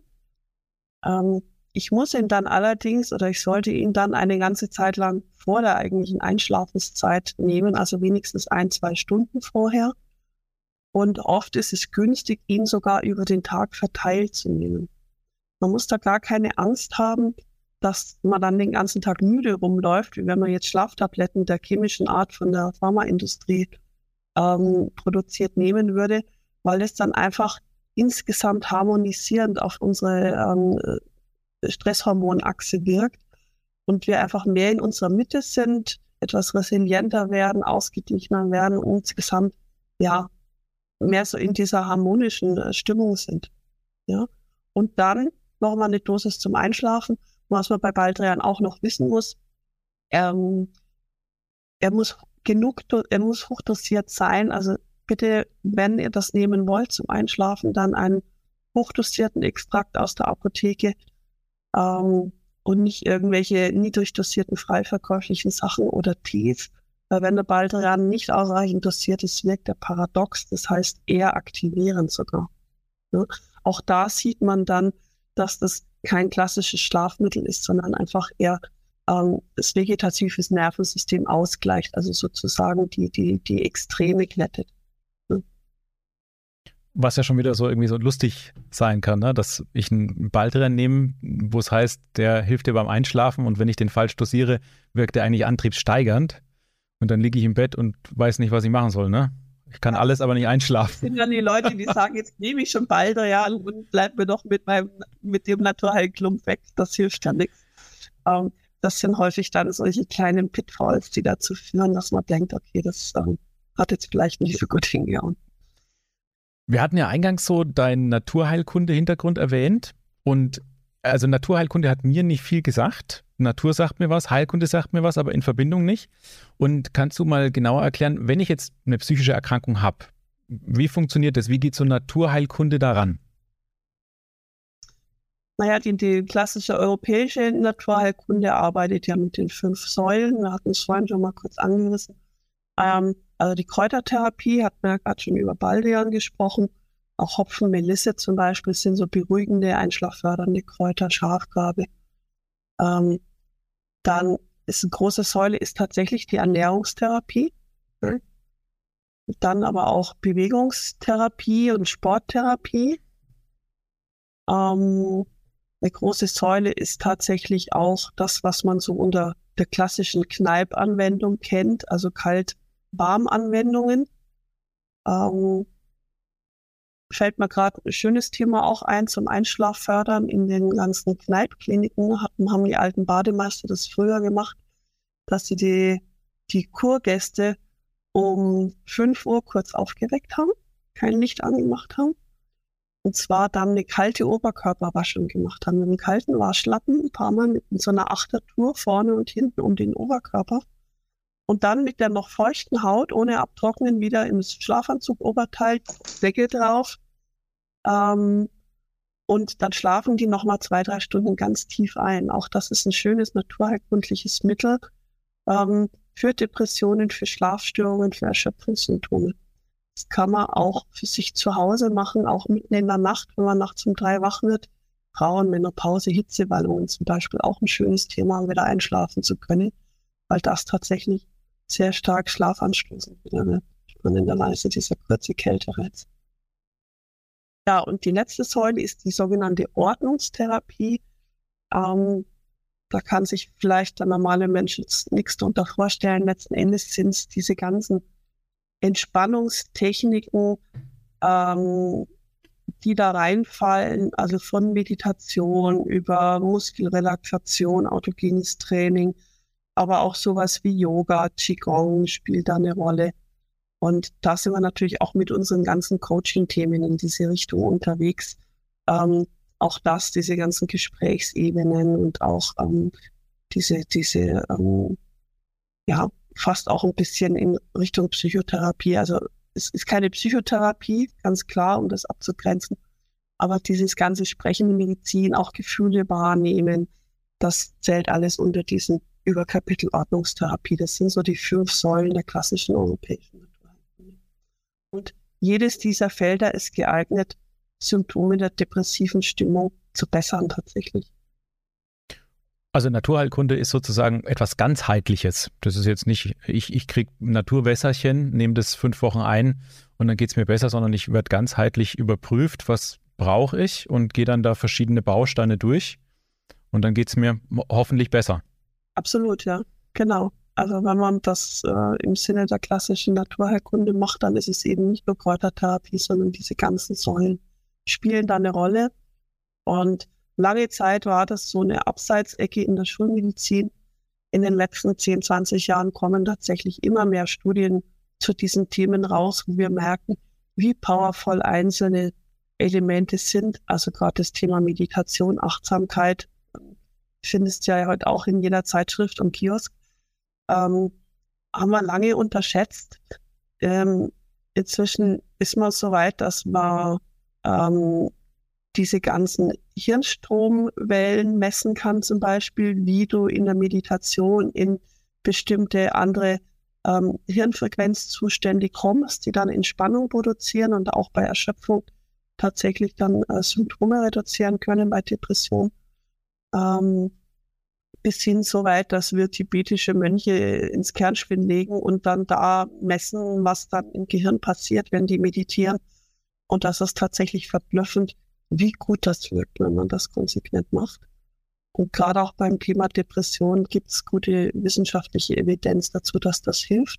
Ich muss ihn dann allerdings oder ich sollte ihn dann eine ganze Zeit lang vor der eigentlichen Einschlafenszeit nehmen, also wenigstens 1-2 Stunden vorher. Und oft ist es günstig, ihn sogar über den Tag verteilt zu nehmen. Man muss da gar keine Angst haben, dass man dann den ganzen Tag müde rumläuft, wie wenn man jetzt Schlaftabletten der chemischen Art von der Pharmaindustrie produziert nehmen würde, weil es dann einfach insgesamt harmonisierend auf unsere Stresshormonachse wirkt und wir einfach mehr in unserer Mitte sind, etwas resilienter werden, ausgeglichener werden und insgesamt ja mehr so in dieser harmonischen Stimmung sind. Ja? Und dann nochmal eine Dosis zum Einschlafen. Was man bei Baldrian auch noch wissen muss, er muss hochdosiert sein. Also bitte, wenn ihr das nehmen wollt zum Einschlafen, dann einen hochdosierten Extrakt aus der Apotheke und nicht irgendwelche niedrig dosierten freiverkäuflichen Sachen oder Tees. Weil wenn der Baldrian nicht ausreichend dosiert ist, wirkt er paradox, das heißt eher aktivierend sogar. Ja? Auch da sieht man dann, dass das kein klassisches Schlafmittel ist, sondern einfach eher das vegetative Nervensystem ausgleicht, also sozusagen die Extreme glättet. Ja. Was ja schon wieder so irgendwie so lustig sein kann, ne? Dass ich einen Baldrian nehme, wo es heißt, der hilft dir beim Einschlafen und wenn ich den falsch dosiere, wirkt der eigentlich antriebssteigernd und dann liege ich im Bett und weiß nicht, was ich machen soll, ne? Ich kann alles, aber nicht einschlafen. Das sind dann die Leute, die sagen, jetzt nehme ich schon Baldrian und bleib mir doch mit dem Naturheilklump weg. Das hilft ja nichts. Das sind häufig dann solche kleinen Pitfalls, die dazu führen, dass man denkt, okay, das hat jetzt vielleicht nicht so gut hingehauen. Wir hatten ja eingangs so deinen Naturheilkunde-Hintergrund erwähnt und also Naturheilkunde hat mir nicht viel gesagt. Natur sagt mir was, Heilkunde sagt mir was, aber in Verbindung nicht. Und kannst du mal genauer erklären, wenn ich jetzt eine psychische Erkrankung habe, wie funktioniert das? Wie geht so Naturheilkunde daran? Naja, die klassische europäische Naturheilkunde arbeitet ja mit den 5 Säulen. Wir hatten es vorhin schon mal kurz angerissen. Also die Kräutertherapie, hat man ja gerade schon über Baldrian gesprochen. Auch Hopfen, Melisse zum Beispiel sind so beruhigende, einschlaffördernde Kräuter, Schafgarbe. Dann ist eine große Säule ist tatsächlich die Ernährungstherapie. Dann aber auch Bewegungstherapie und Sporttherapie. Eine große Säule ist tatsächlich auch das, was man so unter der klassischen Kneipp-Anwendung kennt, also Kalt-Warm-Anwendungen. Fällt mir gerade ein schönes Thema auch ein zum Einschlaf fördern. In den ganzen Kneipp-Kliniken haben die alten Bademeister das früher gemacht. dass sie die Kurgäste um 5 Uhr kurz aufgeweckt haben, kein Licht angemacht haben. Und zwar dann eine kalte Oberkörperwaschung gemacht haben mit einem kalten Waschlappen, ein paar Mal mit so einer Achtertour vorne und hinten um den Oberkörper. Und dann mit der noch feuchten Haut, ohne abtrocknen, wieder im Schlafanzug-Oberteil, Deckel drauf. Und dann schlafen die nochmal 2-3 Stunden ganz tief ein. Auch das ist ein schönes naturheilkundliches Mittel für Depressionen, für Schlafstörungen, für Erschöpfungssymptome. Das kann man auch für sich zu Hause machen, auch mitten in der Nacht, wenn man nachts um 3 wach wird. Frauen, Menopause, Hitzewallungen zum Beispiel auch ein schönes Thema, um wieder einschlafen zu können, weil das tatsächlich sehr stark schlafanstoßend wird in der Weise dieser kurze Kältereiz. Ja, und die letzte Säule ist die sogenannte Ordnungstherapie. Da kann sich vielleicht der normale Mensch jetzt nichts darunter vorstellen. Letzten Endes sind es diese ganzen Entspannungstechniken, die da reinfallen, also von Meditation über Muskelrelaxation, autogenes Training, aber auch sowas wie Yoga, Qigong spielt da eine Rolle. Und da sind wir natürlich auch mit unseren ganzen Coaching-Themen in diese Richtung unterwegs. Auch diese ganzen Gesprächsebenen und auch fast auch ein bisschen in Richtung Psychotherapie. Also es ist keine Psychotherapie, ganz klar, um das abzugrenzen. Aber dieses ganze sprechende Medizin, auch Gefühle wahrnehmen, das zählt alles unter diesen Überkapitel Ordnungstherapie. Das sind so die 5 Säulen der klassischen europäischen Naturheilkunde. Und jedes dieser Felder ist geeignet, Symptome der depressiven Stimmung zu bessern tatsächlich. Also Naturheilkunde ist sozusagen etwas ganzheitliches. Das ist jetzt nicht, ich kriege Naturwässerchen, nehme das 5 Wochen ein und dann geht es mir besser, sondern ich werde ganzheitlich überprüft, was brauche ich und gehe dann da verschiedene Bausteine durch und dann geht es mir hoffentlich besser. Absolut, ja, genau. Also wenn man das im Sinne der klassischen Naturheilkunde macht, dann ist es eben nicht nur Kräutertherapie, sondern diese ganzen Säulen spielen da eine Rolle. Und lange Zeit war das so eine Abseitsecke in der Schulmedizin. In den letzten 10, 20 Jahren kommen tatsächlich immer mehr Studien zu diesen Themen raus, wo wir merken, wie powervoll einzelne Elemente sind. Also gerade das Thema Meditation, Achtsamkeit, findest du ja heute auch in jeder Zeitschrift und Kiosk, haben wir lange unterschätzt. Inzwischen ist man so weit, dass man diese ganzen Hirnstromwellen messen kann, zum Beispiel, wie du in der Meditation in bestimmte andere Hirnfrequenzzustände kommst, die dann Entspannung produzieren und auch bei Erschöpfung tatsächlich dann Symptome reduzieren können bei Depression. Bis hin so weit, dass wir tibetische Mönche ins Kernspin legen und dann da messen, was dann im Gehirn passiert, wenn die meditieren. Und das ist tatsächlich verblüffend, wie gut das wirkt, wenn man das konsequent macht. Und gerade auch beim Thema Depression gibt es gute wissenschaftliche Evidenz dazu, dass das hilft.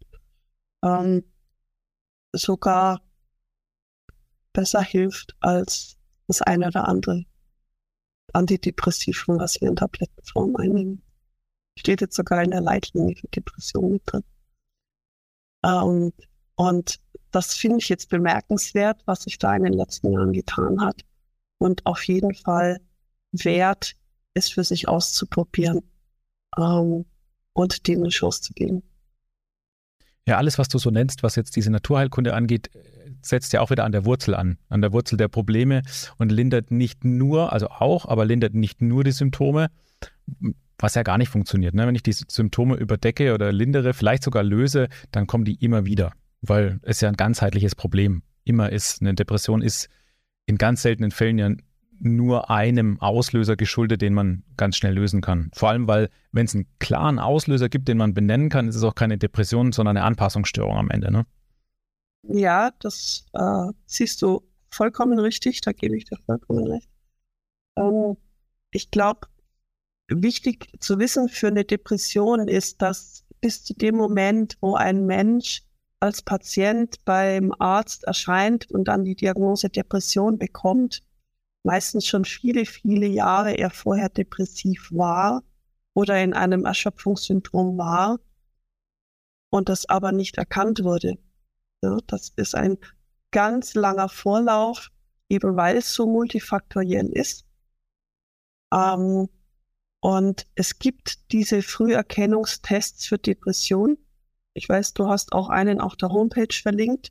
Sogar besser hilft als das eine oder andere Antidepressivum, was wir in Tablettenform einnehmen. Steht jetzt sogar in der Leitlinie für Depression mit drin. Und das finde ich jetzt bemerkenswert, was sich da in den letzten Jahren getan hat. Und auf jeden Fall wert, es für sich auszuprobieren und dem eine Chance zu geben. Ja, alles, was du so nennst, was jetzt diese Naturheilkunde angeht, setzt ja auch wieder an der Wurzel an der Wurzel der Probleme und lindert nicht nur, also auch, aber lindert nicht nur die Symptome, was ja gar nicht funktioniert. Ne? Wenn ich die Symptome überdecke oder lindere, vielleicht sogar löse, dann kommen die immer wieder, weil es ja ein ganzheitliches Problem immer ist. Eine Depression ist in ganz seltenen Fällen ja nur einem Auslöser geschuldet, den man ganz schnell lösen kann. Vor allem, weil wenn es einen klaren Auslöser gibt, den man benennen kann, ist es auch keine Depression, sondern eine Anpassungsstörung am Ende, ne? Ja, das siehst du vollkommen richtig, da gebe ich dir vollkommen recht. Ich glaube, wichtig zu wissen für eine Depression ist, dass bis zu dem Moment, wo ein Mensch als Patient beim Arzt erscheint und dann die Diagnose Depression bekommt, meistens schon viele, viele Jahre er vorher depressiv war oder in einem Erschöpfungssyndrom war und das aber nicht erkannt wurde. Ja, das ist ein ganz langer Vorlauf, eben weil es so multifaktoriell ist. Und es gibt diese Früherkennungstests für Depression. Ich weiß, du hast auch einen auf der Homepage verlinkt.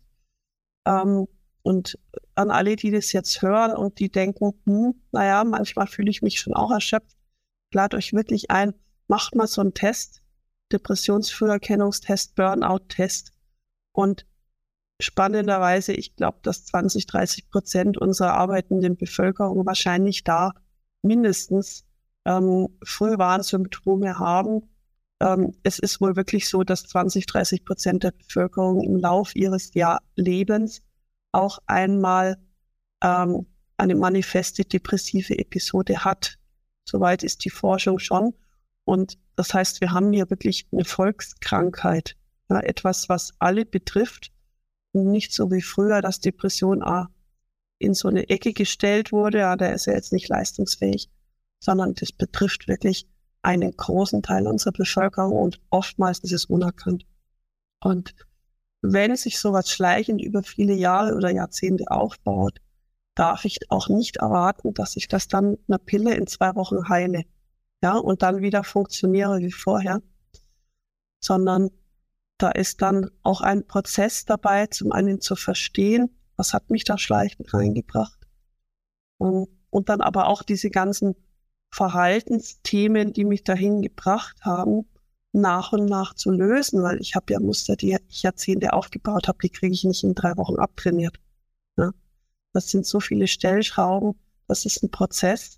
Und an alle, die das jetzt hören und die denken, manchmal fühle ich mich schon auch erschöpft, lade euch wirklich ein, macht mal so einen Test, Depressionsfrüherkennungstest, Burnout-Test. Und spannenderweise, ich glaube, dass 20-30% unserer arbeitenden Bevölkerung wahrscheinlich da mindestens Frühwarnsymptome haben. Es ist wohl wirklich so, dass 20-30% der Bevölkerung im Lauf ihres Lebens auch einmal eine manifeste depressive Episode hat. Soweit ist die Forschung schon. Und das heißt, wir haben hier wirklich eine Volkskrankheit. Ja, etwas, was alle betrifft. Und nicht so wie früher, dass Depression in so eine Ecke gestellt wurde. Ja, der ist ja jetzt nicht leistungsfähig. Sondern das betrifft wirklich einen großen Teil unserer Bevölkerung und oftmals ist es unerkannt. Und wenn sich sowas schleichend über viele Jahre oder Jahrzehnte aufbaut, darf ich auch nicht erwarten, dass ich das dann mit einer Pille in 2 Wochen heile, ja, und dann wieder funktioniere wie vorher, sondern da ist dann auch ein Prozess dabei, zum einen zu verstehen, was hat mich da schleichend reingebracht, und dann aber auch diese ganzen Verhaltensthemen, die mich dahin gebracht haben, nach und nach zu lösen, weil ich habe ja Muster, die ich Jahrzehnte aufgebaut habe, die kriege ich nicht in 3 Wochen abtrainiert. Ja? Das sind so viele Stellschrauben, das ist ein Prozess,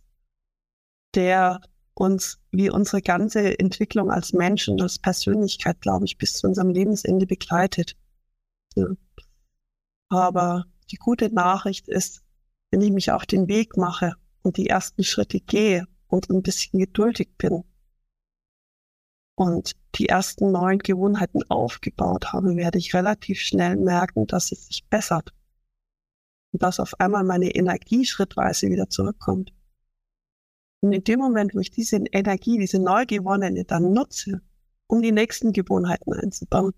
der uns wie unsere ganze Entwicklung als Menschen, als Persönlichkeit, glaube ich, bis zu unserem Lebensende begleitet. Ja. Aber die gute Nachricht ist, wenn ich mich auf den Weg mache und die ersten Schritte gehe und ein bisschen geduldig bin und die ersten neuen Gewohnheiten aufgebaut habe, werde ich relativ schnell merken, dass es sich bessert und dass auf einmal meine Energie schrittweise wieder zurückkommt. Und in dem Moment, wo ich diese Energie, diese neu gewonnene dann nutze, um die nächsten Gewohnheiten einzubauen,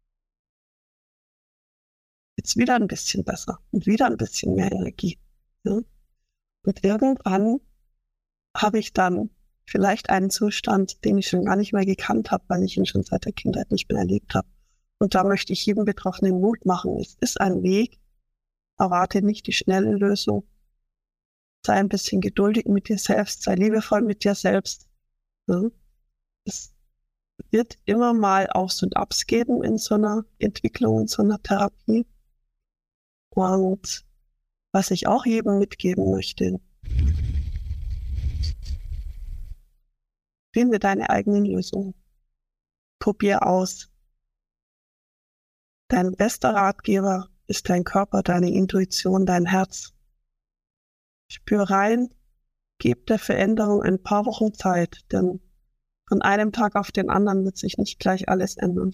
wird es wieder ein bisschen besser und wieder ein bisschen mehr Energie. Ja? Und irgendwann habe ich dann vielleicht einen Zustand, den ich schon gar nicht mehr gekannt habe, weil ich ihn schon seit der Kindheit nicht mehr erlebt habe. Und da möchte ich jedem Betroffenen Mut machen. Es ist ein Weg. Erwarte nicht die schnelle Lösung. Sei ein bisschen geduldig mit dir selbst. Sei liebevoll mit dir selbst. Ja. Es wird immer mal Aufs und Abs geben in so einer Entwicklung, in so einer Therapie. Und was ich auch jedem mitgeben möchte, finde deine eigenen Lösungen. Probier aus. Dein bester Ratgeber ist dein Körper, deine Intuition, dein Herz. Spür rein, gib der Veränderung ein paar Wochen Zeit, denn von einem Tag auf den anderen wird sich nicht gleich alles ändern.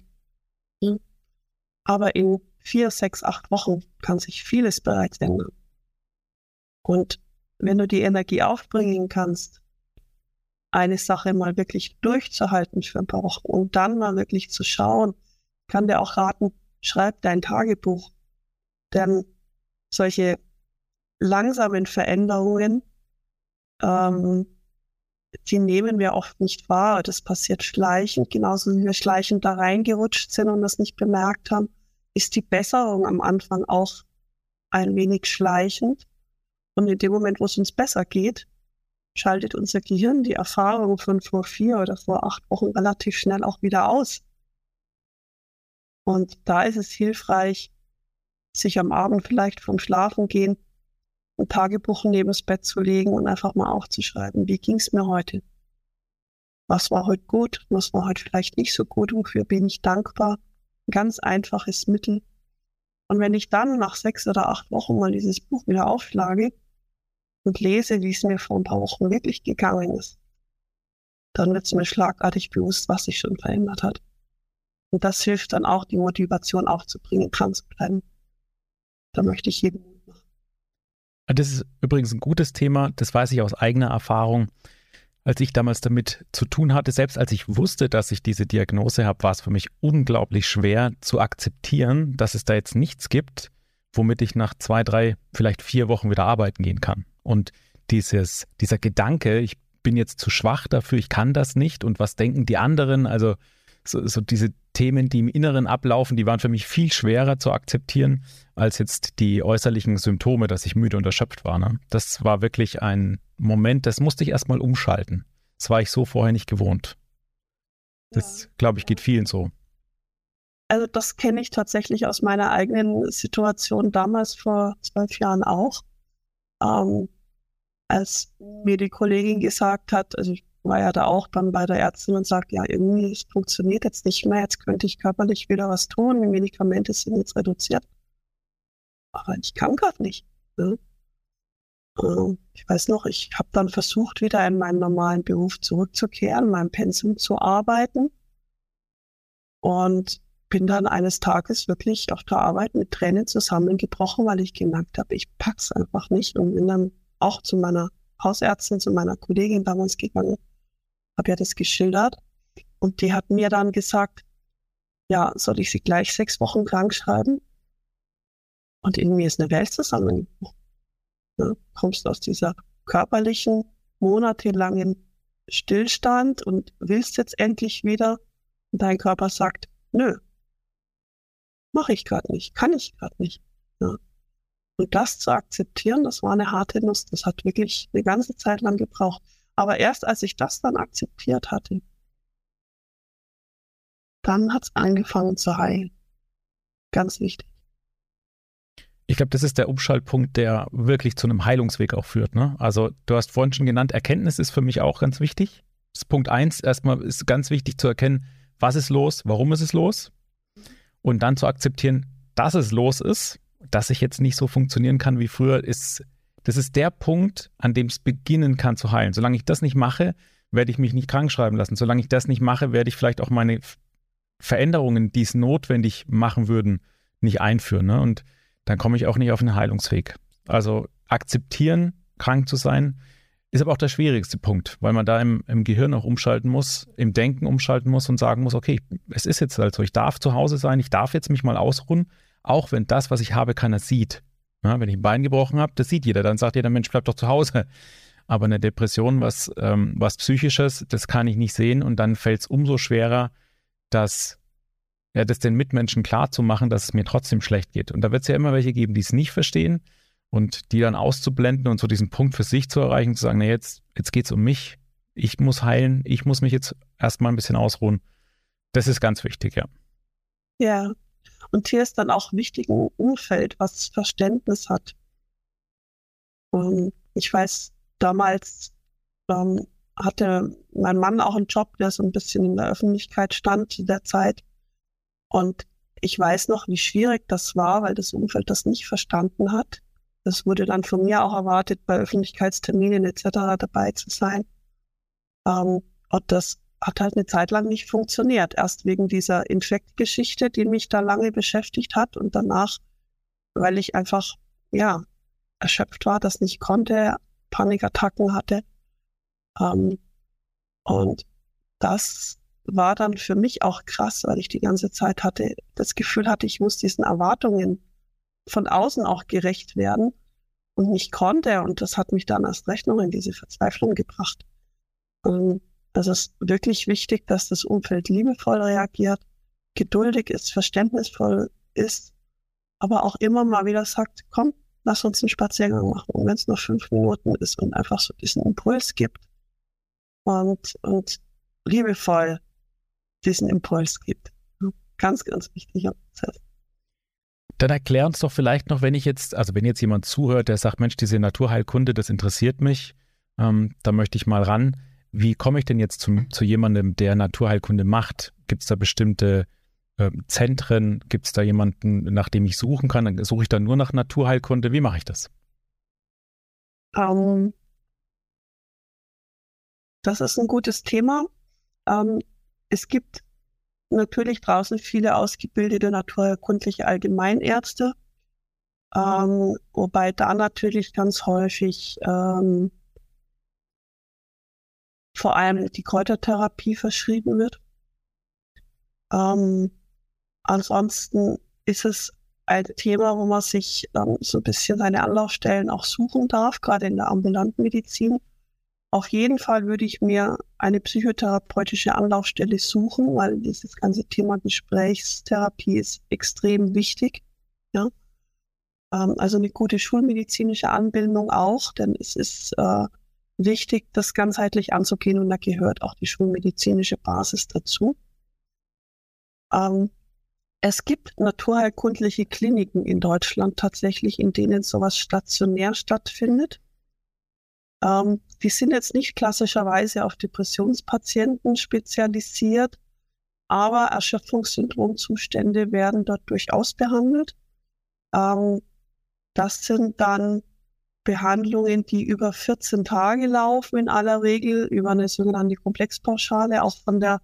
Aber in 4, 6, 8 Wochen kann sich vieles bereits ändern. Und wenn du die Energie aufbringen kannst, eine Sache mal wirklich durchzuhalten für ein paar Wochen und dann mal wirklich zu schauen, kann dir auch raten, schreib dein Tagebuch. Denn solche langsamen Veränderungen, die nehmen wir oft nicht wahr. Das passiert schleichend, genauso wie wir schleichend da reingerutscht sind und das nicht bemerkt haben, ist die Besserung am Anfang auch ein wenig schleichend. Und in dem Moment, wo es uns besser geht, schaltet unser Gehirn die Erfahrung von vor 4 oder vor 8 Wochen relativ schnell auch wieder aus. Und da ist es hilfreich, sich am Abend vielleicht vom Schlafengehen ein Tagebuch neben das Bett zu legen und einfach mal aufzuschreiben, wie ging es mir heute? Was war heute gut? Was war heute vielleicht nicht so gut? Wofür bin ich dankbar? Ein ganz einfaches Mittel. Und wenn ich dann nach 6 oder 8 Wochen mal dieses Buch wieder aufschlage und lese, wie es mir vor ein paar Wochen wirklich gegangen ist, dann wird es mir schlagartig bewusst, was sich schon verändert hat. Und das hilft dann auch, die Motivation aufzubringen, dran zu bleiben. Da möchte ich jedem machen. Das ist übrigens ein gutes Thema, das weiß ich aus eigener Erfahrung. als ich damals damit zu tun hatte, selbst als ich wusste, dass ich diese Diagnose habe, war es für mich unglaublich schwer zu akzeptieren, dass es da jetzt nichts gibt, womit ich nach 2, 3, vielleicht 4 Wochen wieder arbeiten gehen kann. Und dieser Gedanke, ich bin jetzt zu schwach dafür, ich kann das nicht und was denken die anderen, also so diese Themen, die im Inneren ablaufen, die waren für mich viel schwerer zu akzeptieren, als jetzt die äußerlichen Symptome, dass ich müde und erschöpft war. Ne? Das war wirklich ein Moment, das musste ich erstmal umschalten. Das war ich so vorher nicht gewohnt. Das, glaube ich, geht vielen so. Also das kenne ich tatsächlich aus meiner eigenen Situation damals vor 12 Jahren auch. Als mir die Kollegin gesagt hat, also ich war ja da auch dann bei der Ärztin und sagt, ja, irgendwie, es funktioniert jetzt nicht mehr, jetzt könnte ich körperlich wieder was tun, die Medikamente sind jetzt reduziert. Aber ich kann gerade nicht. Ne? Ich weiß noch, ich habe dann versucht, wieder in meinen normalen Beruf zurückzukehren, in meinem Pensum zu arbeiten und bin dann eines Tages wirklich auf der Arbeit mit Tränen zusammengebrochen, weil ich gemerkt habe, ich pack's einfach nicht und bin dann auch zu meiner Hausärztin, zu meiner Kollegin damals gegangen, habe ja das geschildert und die hat mir dann gesagt, ja, soll ich sie gleich 6 Wochen krank schreiben? Und in mir ist eine Welt zusammengebrochen. Ja, kommst aus dieser körperlichen, monatelangen Stillstand und willst jetzt endlich wieder und dein Körper sagt, nö, mache ich gerade nicht, kann ich gerade nicht. Ja. Und das zu akzeptieren, das war eine harte Nuss. Das hat wirklich eine ganze Zeit lang gebraucht. Aber erst als ich das dann akzeptiert hatte, dann hat es angefangen zu heilen. Ganz wichtig. Ich glaube, das ist der Umschaltpunkt, der wirklich zu einem Heilungsweg auch führt. Ne? Also du hast vorhin schon genannt, Erkenntnis ist für mich auch ganz wichtig. Das ist Punkt 1, erstmal ist ganz wichtig zu erkennen, was ist los, warum ist es los? Und dann zu akzeptieren, dass es los ist, dass ich jetzt nicht so funktionieren kann wie früher, das ist der Punkt, an dem es beginnen kann zu heilen. Solange ich das nicht mache, werde ich mich nicht krank schreiben lassen. Solange ich das nicht mache, werde ich vielleicht auch meine Veränderungen, die es notwendig machen würden, nicht einführen. Ne? Und dann komme ich auch nicht auf einen Heilungsweg. Also akzeptieren, krank zu sein, ist aber auch der schwierigste Punkt, weil man da im Gehirn auch umschalten muss, im Denken umschalten muss und sagen muss, okay, es ist jetzt halt so, ich darf zu Hause sein, ich darf jetzt mich mal ausruhen, auch wenn das, was ich habe, keiner sieht. Ja, wenn ich ein Bein gebrochen habe, das sieht jeder, dann sagt jeder, Mensch, bleib doch zu Hause. Aber eine Depression, was Psychisches, das kann ich nicht sehen und dann fällt es umso schwerer, das den Mitmenschen klarzumachen, dass es mir trotzdem schlecht geht. Und da wird es ja immer welche geben, die es nicht verstehen und die dann auszublenden und so diesen Punkt für sich zu erreichen, zu sagen, jetzt geht es um mich, ich muss heilen, ich muss mich jetzt erstmal ein bisschen ausruhen. Das ist ganz wichtig, ja. Ja, und hier ist dann auch wichtig ein Umfeld, was Verständnis hat. Ich weiß, damals hatte mein Mann auch einen Job, der so ein bisschen in der Öffentlichkeit stand zu der Zeit. Und ich weiß noch, wie schwierig das war, weil das Umfeld das nicht verstanden hat. Das wurde dann von mir auch erwartet, bei Öffentlichkeitsterminen etc. dabei zu sein. Und das hat halt eine Zeit lang nicht funktioniert. Erst wegen dieser Infektgeschichte, die mich da lange beschäftigt hat und danach, weil ich einfach, ja, erschöpft war, das nicht konnte, Panikattacken hatte. Und das war dann für mich auch krass, weil ich die ganze Zeit das Gefühl hatte, ich muss diesen Erwartungen von außen auch gerecht werden und nicht konnte. Und das hat mich dann erst recht noch in diese Verzweiflung gebracht. Es ist wirklich wichtig, dass das Umfeld liebevoll reagiert, geduldig ist, verständnisvoll ist, aber auch immer mal wieder sagt, komm, lass uns einen Spaziergang machen. Und wenn es nur 5 Minuten ist und einfach so diesen Impuls gibt und liebevoll diesen Impuls gibt. Ganz, ganz wichtiger Prozess. Dann erklär uns doch vielleicht noch, wenn jetzt jemand zuhört, der sagt, Mensch, diese Naturheilkunde, das interessiert mich, da möchte ich mal ran. Wie komme ich denn jetzt zu jemandem, der Naturheilkunde macht? Gibt es da bestimmte Zentren? Gibt es da jemanden, nach dem ich suchen kann? Dann suche ich dann nur nach Naturheilkunde. Wie mache ich das? Das ist ein gutes Thema. Es gibt natürlich draußen viele ausgebildete naturheilkundliche Allgemeinärzte, wobei da natürlich ganz häufig von vor allem die Kräutertherapie verschrieben wird. Ansonsten ist es ein Thema, wo man sich so ein bisschen seine Anlaufstellen auch suchen darf, gerade in der ambulanten Medizin. Auf jeden Fall würde ich mir eine psychotherapeutische Anlaufstelle suchen, weil dieses ganze Thema Gesprächstherapie ist extrem wichtig. Ja? Also eine gute schulmedizinische Anbindung auch, denn es ist wichtig, das ganzheitlich anzugehen und da gehört auch die schulmedizinische Basis dazu. Es gibt naturheilkundliche Kliniken in Deutschland tatsächlich, in denen sowas stationär stattfindet. Die sind jetzt nicht klassischerweise auf Depressionspatienten spezialisiert, aber Erschöpfungssyndromzustände werden dort durchaus behandelt. Das sind dann Behandlungen, die über 14 Tage laufen in aller Regel, über eine sogenannte Komplexpauschale, auch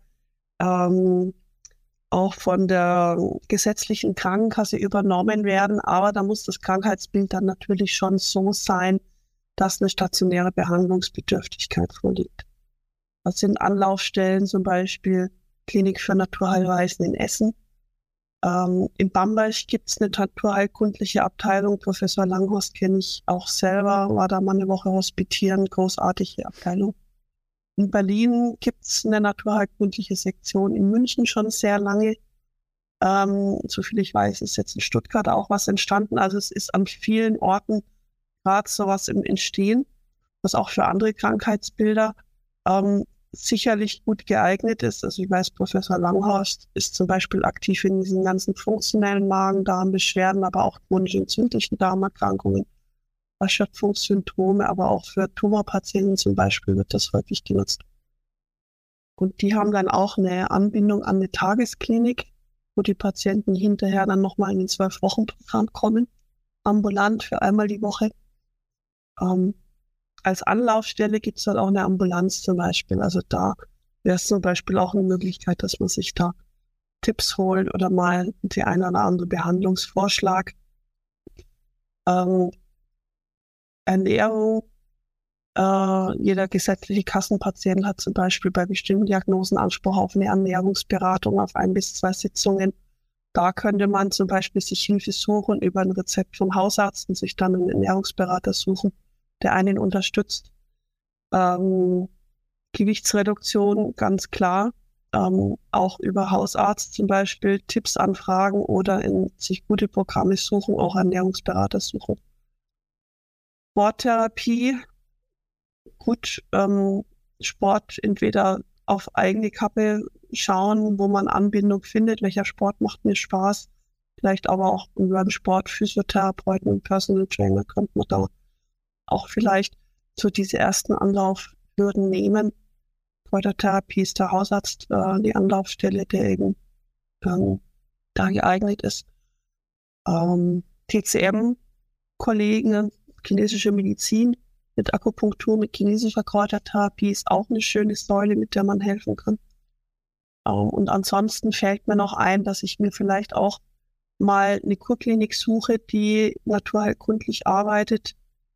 von der gesetzlichen Krankenkasse übernommen werden. Aber da muss das Krankheitsbild dann natürlich schon so sein, dass eine stationäre Behandlungsbedürftigkeit vorliegt. Das sind Anlaufstellen, zum Beispiel Klinik für Naturheilweisen in Essen. In Bamberg gibt es eine naturheilkundliche Abteilung. Professor Langhorst kenne ich auch selber, war da mal eine Woche hospitieren, großartige Abteilung. In Berlin gibt es eine naturheilkundliche Sektion, in München schon sehr lange. Soviel ich weiß, ist jetzt in Stuttgart auch was entstanden. Also es ist an vielen Orten gerade sowas im Entstehen, was auch für andere Krankheitsbilder sicherlich gut geeignet ist. Also ich weiß, Professor Langhorst ist zum Beispiel aktiv in diesen ganzen funktionellen Magen-Darm-Beschwerden, aber auch chronisch entzündlichen Darmerkrankungen, Erschöpfungssymptome, aber auch für Tumorpatienten zum Beispiel wird das häufig genutzt. Und die haben dann auch eine Anbindung an eine Tagesklinik, wo die Patienten hinterher dann nochmal in den 12-Wochen-Programm kommen, ambulant für einmal die Woche. Als Anlaufstelle gibt es dann auch eine Ambulanz zum Beispiel. Also da wäre es zum Beispiel auch eine Möglichkeit, dass man sich da Tipps holt oder mal die eine oder andere Behandlungsvorschlag. Ernährung. Jeder gesetzliche Kassenpatient hat zum Beispiel bei bestimmten Diagnosen Anspruch auf eine Ernährungsberatung auf 1 bis 2 Sitzungen. Da könnte man zum Beispiel sich Hilfe suchen über ein Rezept vom Hausarzt und sich dann einen Ernährungsberater suchen, der einen unterstützt. Gewichtsreduktion, ganz klar. Auch über Hausarzt zum Beispiel Tipps anfragen oder sich gute Programme suchen, auch Ernährungsberater suchen. Sporttherapie, gut, Sport entweder auf eigene Kappe schauen, wo man Anbindung findet, welcher Sport macht mir Spaß, vielleicht aber auch über einen Sportphysiotherapeuten und Personal Trainer könnte man da auch vielleicht so diese ersten Anlaufhürden nehmen. Kräutertherapie ist der Hausarzt die Anlaufstelle, der eben da geeignet ist. TCM-Kollegen, chinesische Medizin mit Akupunktur, mit chinesischer Kräutertherapie ist auch eine schöne Säule, mit der man helfen kann. Und ansonsten fällt mir noch ein, dass ich mir vielleicht auch mal eine Kurklinik suche, die naturheilkundlich arbeitet.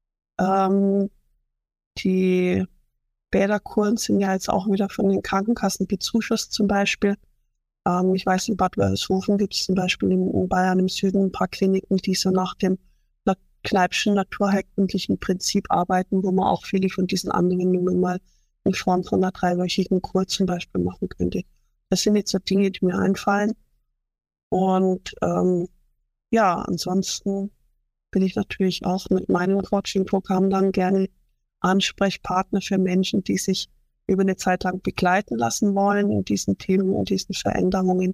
Die Bäderkuren sind ja jetzt auch wieder von den Krankenkassen bezuschusst zum Beispiel. Ich weiß, in Bad Wörishofen gibt es zum Beispiel in Bayern im Süden ein paar Kliniken, die so nach dem Kneipschen naturheilkundlichen Prinzip arbeiten, wo man auch viele von diesen Anwendungen mal in Form von einer 3-wöchigen Kur zum Beispiel machen könnte. Das sind jetzt so Dinge, die mir einfallen. Und ansonsten bin ich natürlich auch mit meinem Coaching-Programm dann gerne Ansprechpartner für Menschen, die sich über eine Zeit lang begleiten lassen wollen in diesen Themen und diesen Veränderungen.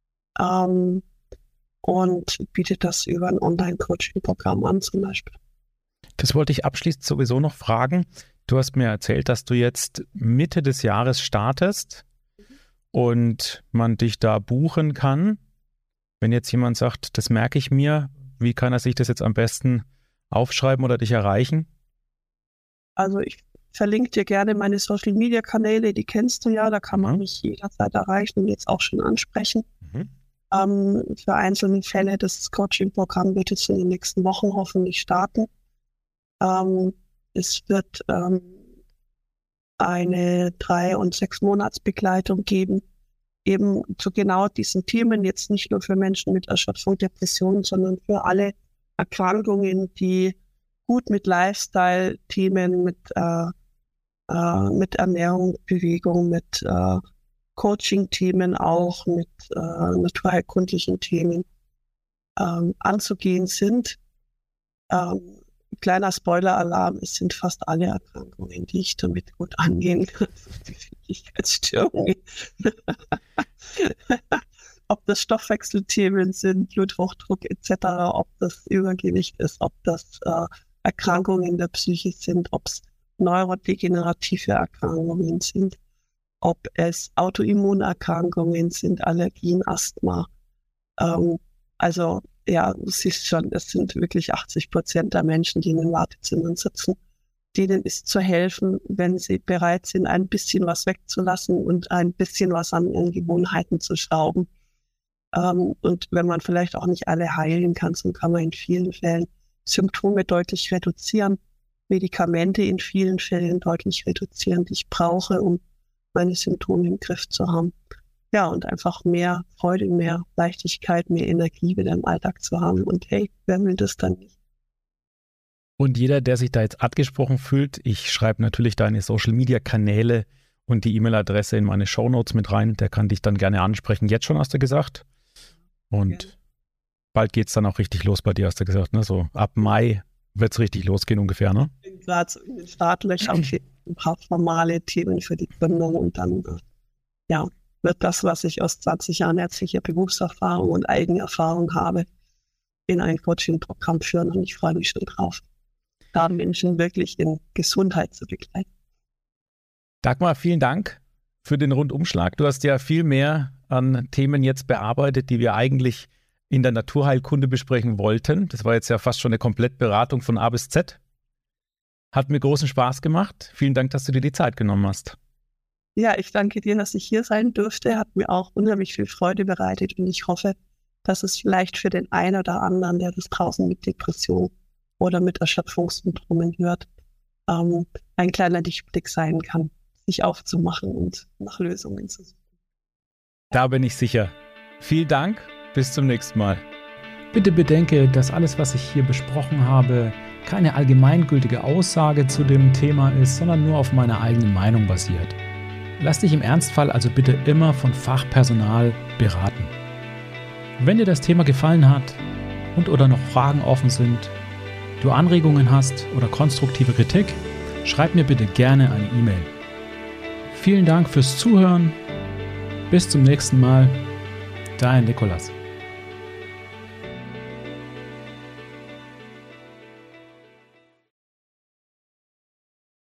Und bietet das über ein Online-Coaching-Programm an zum Beispiel. Das wollte ich abschließend sowieso noch fragen. Du hast mir erzählt, dass du jetzt Mitte des Jahres startest und man dich da buchen kann. Wenn jetzt jemand sagt, das merke ich mir, wie kann er sich das jetzt am besten aufschreiben oder dich erreichen? Also ich verlinke dir gerne meine Social-Media-Kanäle, die kennst du ja, da kann man mich jederzeit erreichen und jetzt auch schon ansprechen. Für einzelne Fälle, das Coaching-Programm wird jetzt in den nächsten Wochen hoffentlich starten. Es wird eine 3- und 6-Monats-Begleitung geben, eben zu genau diesen Themen, jetzt nicht nur für Menschen mit Erschöpfung, Depressionen, sondern für alle Erkrankungen, die gut mit Lifestyle-Themen, mit Ernährung, Bewegung, mit Coaching-Themen auch, mit naturheilkundlichen Themen anzugehen sind. Kleiner Spoiler-Alarm, es sind fast alle Erkrankungen, die ich damit gut angehen kann. Die Fähigkeitsstörungen. Ob das Stoffwechselthemen sind, Bluthochdruck etc., ob das Übergewicht ist, ob das Erkrankungen der Psyche sind, ob es neurodegenerative Erkrankungen sind, ob es Autoimmunerkrankungen sind, Allergien, Asthma. Also ja, du siehst schon, es sind wirklich 80% der Menschen, die in den Wartezimmern sitzen. Denen ist zu helfen, wenn sie bereit sind, ein bisschen was wegzulassen und ein bisschen was an ihren Gewohnheiten zu schrauben. Und wenn man vielleicht auch nicht alle heilen kann, so kann man in vielen Fällen Symptome deutlich reduzieren, Medikamente in vielen Fällen deutlich reduzieren, die ich brauche, um meine Symptome im Griff zu haben. Ja, und einfach mehr Freude, mehr Leichtigkeit, mehr Energie wieder im Alltag zu haben. Und hey, wer will das dann nicht? Und jeder, der sich da jetzt angesprochen fühlt, ich schreibe natürlich deine Social-Media-Kanäle und die E-Mail-Adresse in meine Shownotes mit rein, der kann dich dann gerne ansprechen. Jetzt schon, hast du gesagt. Und bald geht es dann auch richtig los bei dir, hast du gesagt. Ne? So ab Mai wird es richtig losgehen ungefähr, ne? Ich bin gerade so in den Startlöchern, ein paar formale Themen für die Gründung und dann, wird das, was ich aus 20 Jahren ärztlicher Berufserfahrung und Eigenerfahrung habe, in ein Coaching-Programm führen und ich freue mich schon drauf, da Menschen wirklich in Gesundheit zu begleiten. Dagmar, vielen Dank für den Rundumschlag. Du hast ja viel mehr an Themen jetzt bearbeitet, die wir eigentlich in der Naturheilkunde besprechen wollten. Das war jetzt ja fast schon eine Komplettberatung von A bis Z. Hat mir großen Spaß gemacht. Vielen Dank, dass du dir die Zeit genommen hast. Ja, ich danke dir, dass ich hier sein durfte. Hat mir auch unheimlich viel Freude bereitet und ich hoffe, dass es vielleicht für den einen oder anderen, der das draußen mit Depression oder mit Erschöpfungssymptomen hört, ein kleiner Lichtblick sein kann, sich aufzumachen und nach Lösungen zu suchen. Da bin ich sicher. Vielen Dank, bis zum nächsten Mal. Bitte bedenke, dass alles, was ich hier besprochen habe, keine allgemeingültige Aussage zu dem Thema ist, sondern nur auf meiner eigenen Meinung basiert. Lass dich im Ernstfall also bitte immer von Fachpersonal beraten. Wenn dir das Thema gefallen hat und oder noch Fragen offen sind, du Anregungen hast oder konstruktive Kritik, schreib mir bitte gerne eine E-Mail. Vielen Dank fürs Zuhören. Bis zum nächsten Mal. Dein Nikolas.